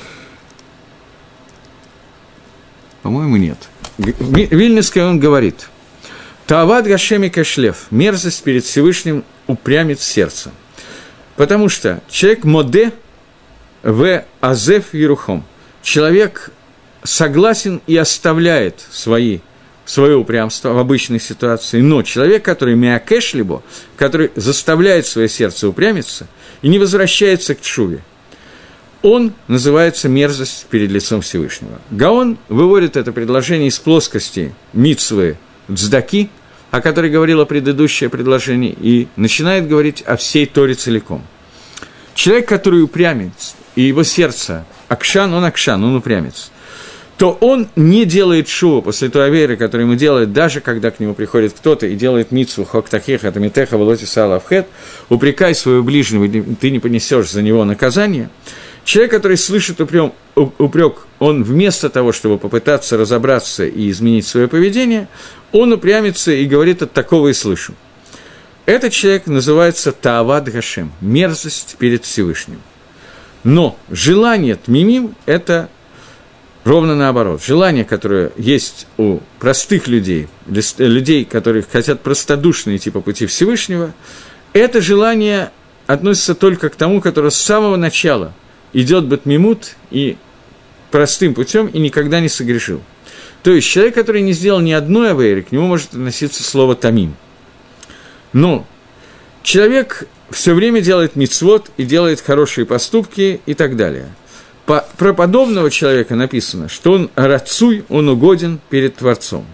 По-моему, нет. Вильнюсский он говорит. Таават гашеми кашлев. Мерзость перед Всевышним упрямит сердце. Потому что человек моде в азеф ерухом. Человек согласен и оставляет свое упрямство в обычной ситуации, но человек, который миакешлибо, который заставляет свое сердце упрямиться и не возвращается к тшуве, он называется мерзость перед лицом Всевышнего. Гаон выводит это предложение из плоскости мицвы цдаки, о которой говорило предыдущее предложение, и начинает говорить о всей Торе целиком. Человек, который упрямец, и его сердце акшан, он упрямец, то он не делает шува после той аверы, которую ему делает, даже когда к нему приходит кто-то и делает мицву хоктахеха, тамитеха, волоти салавхет, упрекай своего ближнего, ты не понесешь за него наказание. Человек, который слышит упрек, он вместо того, чтобы попытаться разобраться и изменить свое поведение, он упрямится и говорит: от такого и слышу. Этот человек называется таават гашем, мерзость перед Всевышним. Но желание тмимим – это ровно наоборот. Желание, которое есть у простых людей, людей, которые хотят простодушно идти по пути Всевышнего, это желание относится только к тому, которое с самого начала идет бетмимут и простым путем и никогда не согрешил. То есть человек, который не сделал ни одной авейры, к нему может относиться слово тамим. Но человек все время делает мицвот и делает хорошие поступки и так далее. Про подобного человека написано, что он рацуй, он угоден перед Творцом.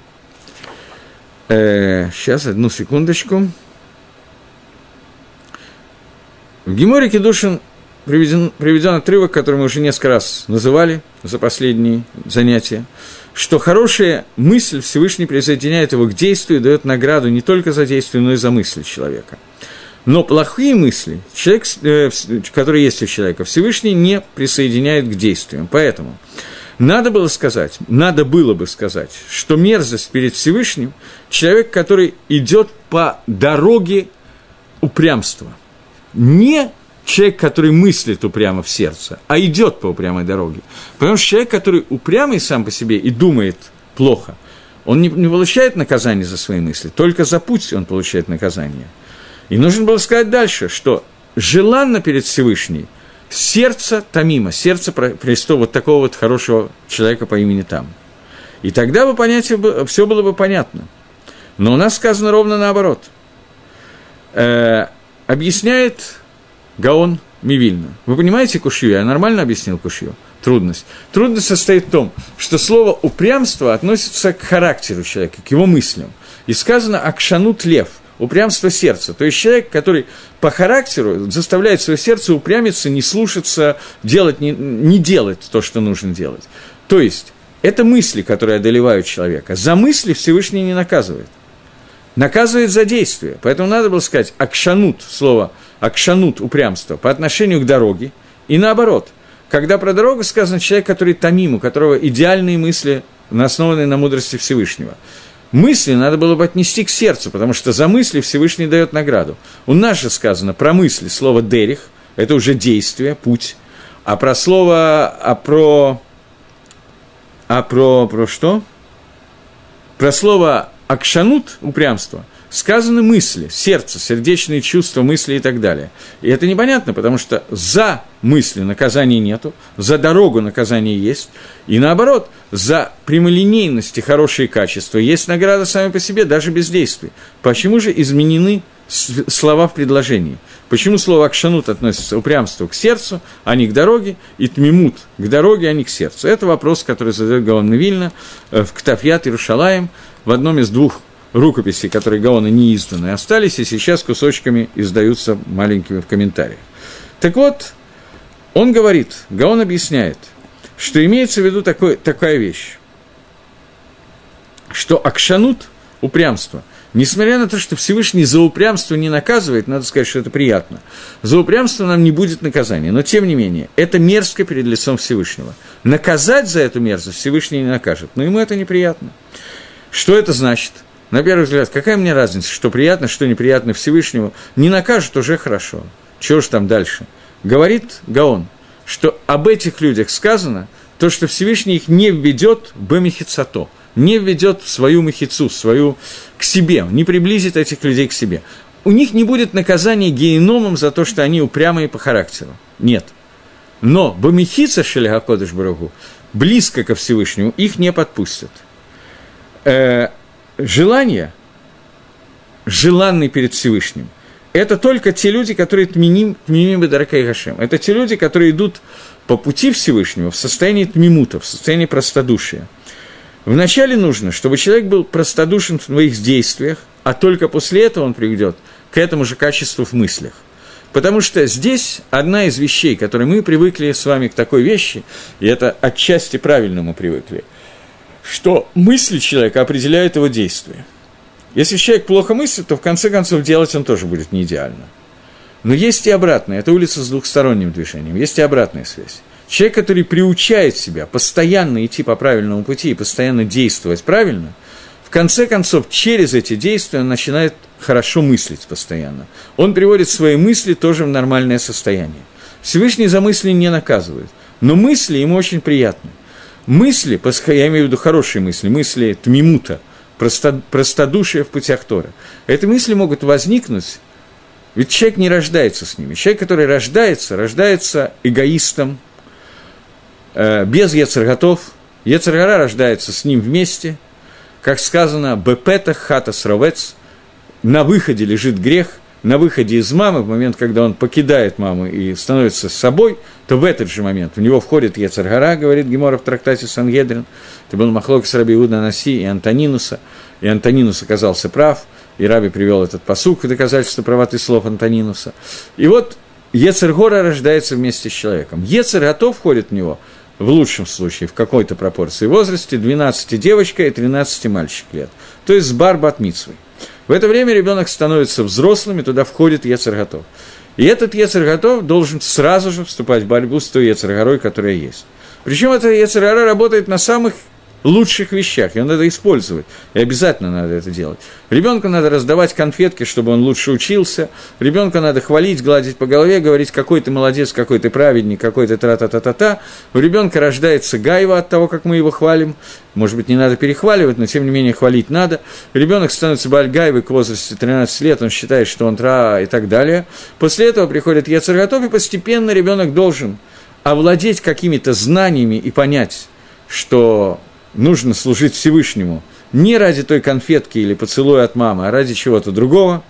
Сейчас, одну секундочку. В Геморе Кедушин приведен отрывок, который мы уже несколько раз называли за последние занятия, что хорошая мысль Всевышний присоединяет его к действию и дает награду не только за действие, но и за мысли человека. Но плохие мысли, которые есть у человека, Всевышний не присоединяет к действиям. Поэтому надо было бы сказать, что мерзость перед Всевышним – человек, который идет по дороге упрямства. Не человек, который мыслит упрямо в сердце, а идет по упрямой дороге. Потому что человек, который упрямый сам по себе и думает плохо, он не получает наказание за свои мысли, только за путь он получает наказание. И нужно было сказать дальше, что желанно перед Всевышним сердце Тамима, сердце Христа, вот такого вот хорошего человека по имени Там. И тогда бы понятие, все было бы понятно. Но у нас сказано ровно наоборот. Объясняет Гаон Мивильна. Вы понимаете кушью? Я нормально объяснил кушью? Трудность. Трудность состоит в том, что слово «упрямство» относится к характеру человека, к его мыслям. И сказано «акшанут лев», упрямство сердца. То есть человек, который по характеру заставляет свое сердце упрямиться, не слушаться, не делать то, что нужно делать. То есть это мысли, которые одолевают человека. За мысли Всевышний не наказывает. Наказывает за действие. Поэтому надо было сказать «акшанут», слово «акшанут», упрямство, по отношению к дороге. И наоборот, когда про дорогу сказано человек, который тамим, у которого идеальные мысли, основанные на мудрости Всевышнего. Мысли надо было бы отнести к сердцу, потому что за мысли Всевышний дает награду. У нас же сказано про мысли, слово «дерих», это уже действие, путь. А про слово, про что? Про слово «акшанут», упрямство, сказаны мысли, сердце, сердечные чувства, мысли и так далее. И это непонятно, потому что за мысли наказания нету, за дорогу наказание есть, и наоборот, за прямолинейность и хорошие качества есть награда сами по себе, даже без действий. Почему же изменены слова в предложении? Почему слово «акшанут» относится упрямству к сердцу, а не к дороге, и «тмимут» к дороге, а не к сердцу? Это вопрос, который задает Гаон Мивильна в Ктафьят Иерушалаим, в одном из двух рукописей, которые Гаона не изданы, остались, и сейчас кусочками издаются маленькими в комментариях. Так вот, он говорит, Гаон объясняет, что имеется в виду такая вещь, что акшанут, упрямство, несмотря на то, что Всевышний за упрямство не наказывает, надо сказать, что это приятно, за упрямство нам не будет наказания, но тем не менее, это мерзко перед лицом Всевышнего. Наказать за эту мерзость Всевышний не накажет, но ему это неприятно. Что это значит? На первый взгляд, какая мне разница, что приятно, что неприятно Всевышнему, не накажут, уже хорошо. Чего ж там дальше? Говорит Гаон, что об этих людях сказано, то, что Всевышний их не введет в мехицато, не введет в свою мехицу, свою к себе, не приблизит этих людей к себе. У них не будет наказания гееномом за то, что они упрямые по характеру. Нет. Но бамехица шелега кодыш барагу, близко ко Всевышнему, их не подпустят. Желание, желанный перед Всевышним, это только те люди, которые тминим бедаркай гашем. Это те люди, которые идут по пути Всевышнего в состоянии тмимута, в состоянии простодушия. Вначале нужно, чтобы человек был простодушен в своих действиях, а только после этого он приведет к этому же качеству в мыслях. Потому что здесь одна из вещей, которые мы привыкли с вами к такой вещи, и это отчасти правильно мы привыкли, что мысли человека определяют его действия. Если человек плохо мыслит, то в конце концов делать он тоже будет не идеально. Но есть и обратное, это улица с двухсторонним движением, есть и обратная связь. Человек, который приучает себя постоянно идти по правильному пути и постоянно действовать правильно, в конце концов, через эти действия он начинает хорошо мыслить постоянно. Он приводит свои мысли тоже в нормальное состояние. Всевышний за мысли не наказывает, но мысли ему очень приятны. Мысли, я имею в виду хорошие мысли, мысли тмимута, простодушие в путях Торы, эти мысли могут возникнуть, ведь человек не рождается с ними. Человек, который рождается эгоистом, без Ецер-Готов. Ецер-Гара рождается с ним вместе. Как сказано, «Бепетах хата сровец», на выходе лежит грех, на выходе из мамы, в момент, когда он покидает маму и становится с собой, то в этот же момент в него входит Ецер-Гара, говорит Гемора в трактате Сангедрин. Это был махлок с Раби Иуда Наси и Антонинуса оказался прав, и Раби привел этот пасук в доказательство правоты слов Антонинуса. И вот Йецер Гора рождается вместе с человеком. Йецер Гато входит в него, в лучшем случае, в какой-то пропорции, в возрасте 12 девочка и 13 мальчик лет. То есть с бар-бат мицвой. В это время ребенок становится взрослым, и туда входит Йецер Гато. И этот Йецер Гато должен сразу же вступать в борьбу с той Йецер Горой, которая есть. Причем эта Йецер Гора работает на самых лучших вещах, ее надо использовать, и обязательно надо это делать. Ребенку надо раздавать конфетки, чтобы он лучше учился, ребенка надо хвалить, гладить по голове, говорить, какой ты молодец, какой ты праведник, какой ты тра-та-та-та-та. У ребенка рождается гайва от того, как мы его хвалим, может быть, не надо перехваливать, но тем не менее хвалить надо. Ребенок становится бааль-гайвой к возрасте 13 лет, он считает, что он тра и так далее. После этого приходит Йецер Гато, и постепенно ребенок должен овладеть какими-то знаниями и понять, что нужно служить Всевышнему не ради той конфетки или поцелуя от мамы, а ради чего-то другого,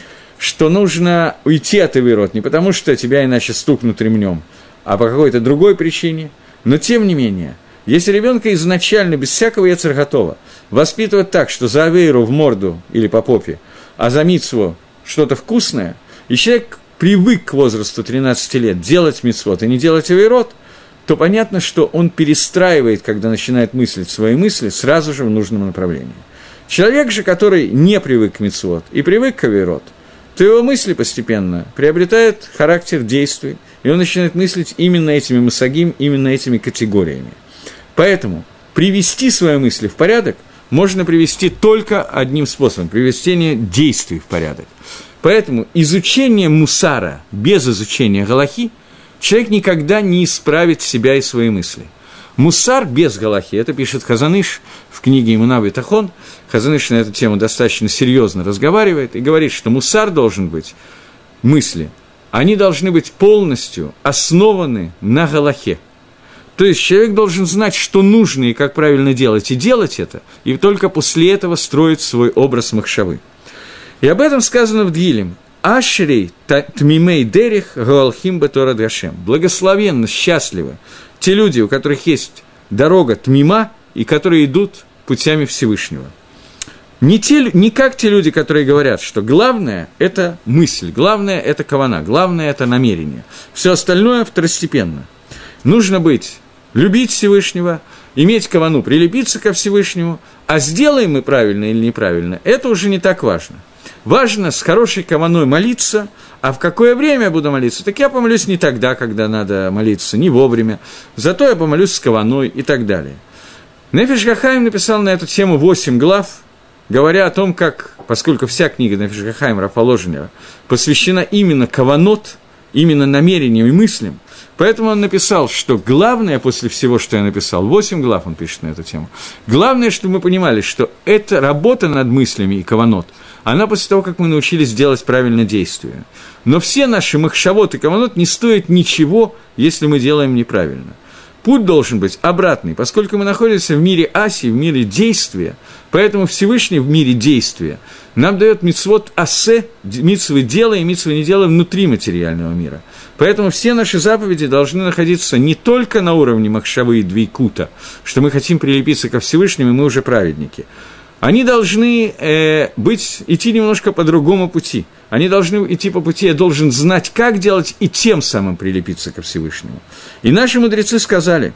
что нужно уйти от Эвейрот, не потому что тебя иначе стукнут ремнем, а по какой-то другой причине. Но тем не менее, если ребенка изначально, без всякого Йецер Гато, воспитывать так, что за Эвейру в морду или по попе, а за мицву что-то вкусное, и человек привык к возрасту 13 лет делать мицвот и не делать Эвейрот, то понятно, что он перестраивает, когда начинает мыслить свои мысли, сразу же в нужном направлении. Человек же, который не привык к мицвот и привык к авейрот, то его мысли постепенно приобретают характер действий, и он начинает мыслить именно этими мусагим, именно этими категориями. Поэтому привести свои мысли в порядок можно привести только одним способом – приведение действий в порядок. Поэтому изучение мусара без изучения галахи человек никогда не исправит себя и свои мысли. Мусар без галахи, это пишет Хазон Иш в книге Эмуна Битахон. Хазон Иш на эту тему достаточно серьезно разговаривает и говорит, что мусар должен быть, мысли, они должны быть полностью основаны на галахе. То есть человек должен знать, что нужно и как правильно делать, и делать это, и только после этого строить свой образ махшавы. И об этом сказано в Дгилем. Ашрей тмимей дерих галхим бетора дгашем. Благословенно, счастливы те люди, у которых есть дорога тмима, и которые идут путями Всевышнего. Не как те люди, которые говорят, что главное – это мысль, главное – это кавана, главное – это намерение. Все остальное второстепенно. Нужно любить Всевышнего, иметь кавану, прилепиться ко Всевышнему, а сделаем мы правильно или неправильно – это уже не так важно. Важно с хорошей каваной молиться, а в какое время я буду молиться? Так я помолюсь не тогда, когда надо молиться, не вовремя, зато я помолюсь с каваной и так далее. Нефеш ха-Хаим написал на эту тему 8 глав, говоря о том, как, поскольку вся книга Нефеш ха-Хаим Рафа Ложнера посвящена именно каванот, именно намерениям и мыслям, поэтому он написал, что главное после всего, что я написал, 8 глав он пишет на эту тему, главное, чтобы мы понимали, что эта работа над мыслями и каванот, она после того, как мы научились делать правильное действие. Но все наши махшавот и каванот не стоят ничего, если мы делаем неправильно. Путь должен быть обратный, поскольку мы находимся в мире аси, в мире действия, поэтому Всевышний в мире действия нам дает мицвот асе, мицвы делая и мицвы не делая внутри материального мира. Поэтому все наши заповеди должны находиться не только на уровне махшавы и двейкута, что мы хотим прилепиться ко Всевышнему, и мы уже праведники. Они должны идти немножко по другому пути. Они должны идти по пути, я должен знать, как делать, и тем самым прилепиться ко Всевышнему. И наши мудрецы сказали,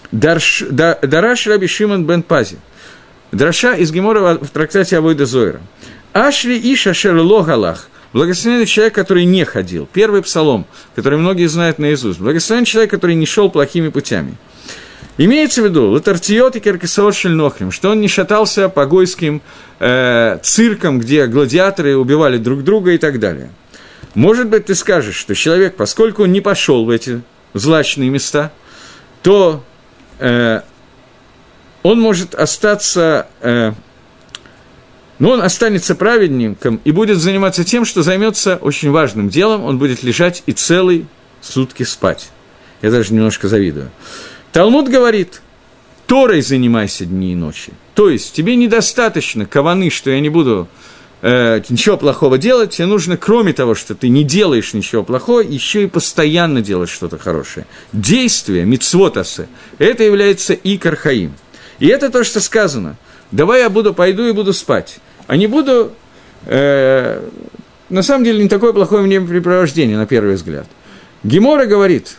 Дараш Раби Шимон бен Пази, Драша из Гемора в трактате Авойда Зоэра, Ашри Иша Шерло Галах, благословенный человек, который не ходил. Первый псалом, который многие знают наизусть. Благословенный человек, который не шел плохими путями. Имеется в виду, латартиот и керкесор шельнохрим, что он не шатался по гойским циркам, где гладиаторы убивали друг друга и так далее. Может быть, ты скажешь, что человек, поскольку он не пошел в эти злачные места, то он может остаться, он останется праведником и будет заниматься тем, что займется очень важным делом, он будет лежать и целые сутки спать. Я даже немножко завидую. Талмуд говорит, Торой занимайся дни и ночи. То есть, тебе недостаточно каваны, что я не буду ничего плохого делать, тебе нужно, кроме того, что ты не делаешь ничего плохого, еще и постоянно делать что-то хорошее. Действие, мицвотасы, это является икар хаим. И это то, что сказано. Давай я пойду и буду спать. А не буду, на самом деле, не такое плохое времяпрепровождение, на первый взгляд. Гемора говорит,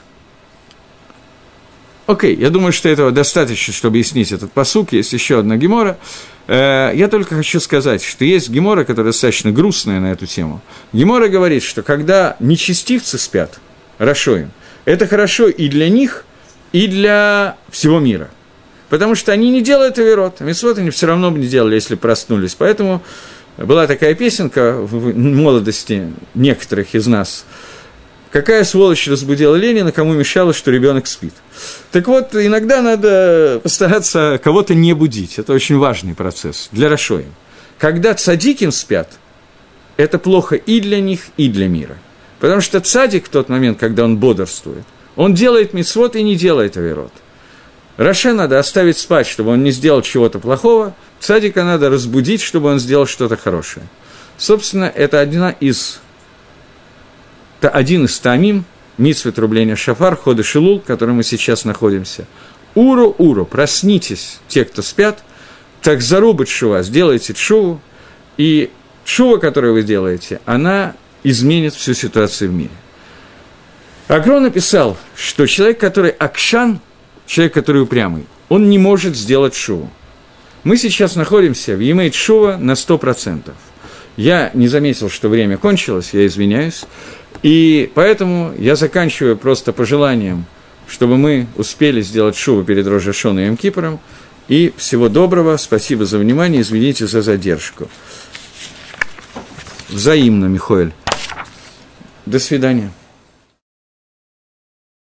окей, я думаю, что этого достаточно, чтобы объяснить этот пасук, есть еще одна гемора. Я только хочу сказать, что есть гемора, которая достаточно грустная на эту тему. Гемора говорит, что когда нечестивцы спят, рашоим, это хорошо и для них, и для всего мира. Потому что они не делают авирот, а мицвот они все равно бы не делали, если проснулись. Поэтому была такая песенка в молодости некоторых из нас. Какая сволочь разбудила Ленина, кому мешало, что ребенок спит. Так вот, иногда надо постараться кого-то не будить. Это очень важный процесс для рашоим. Когда цадиким спят, это плохо и для них, и для мира. Потому что цадик в тот момент, когда он бодрствует, он делает мицвот и не делает авирот. Раше надо оставить спать, чтобы он не сделал чего-то плохого. Цадика надо разбудить, чтобы он сделал что-то хорошее. Собственно, это один из таамим, мицвы трубления шафар, хода шилул, в котором мы сейчас находимся. Уру, проснитесь, те, кто спят, так зарубит шува, сделайте тшуву, и тшува, которую вы делаете, она изменит всю ситуацию в мире. Агро написал, что человек, который акшан, человек, который упрямый, он не может сделать шуву. Мы сейчас находимся в Емей Тшува на 100%. Я не заметил, что время кончилось, я извиняюсь. И поэтому я заканчиваю просто пожеланием, чтобы мы успели сделать шуву перед Рош ха-Шана и Йом Кипуром. И всего доброго, спасибо за внимание, извините за задержку. Взаимно, Михаэль. До свидания.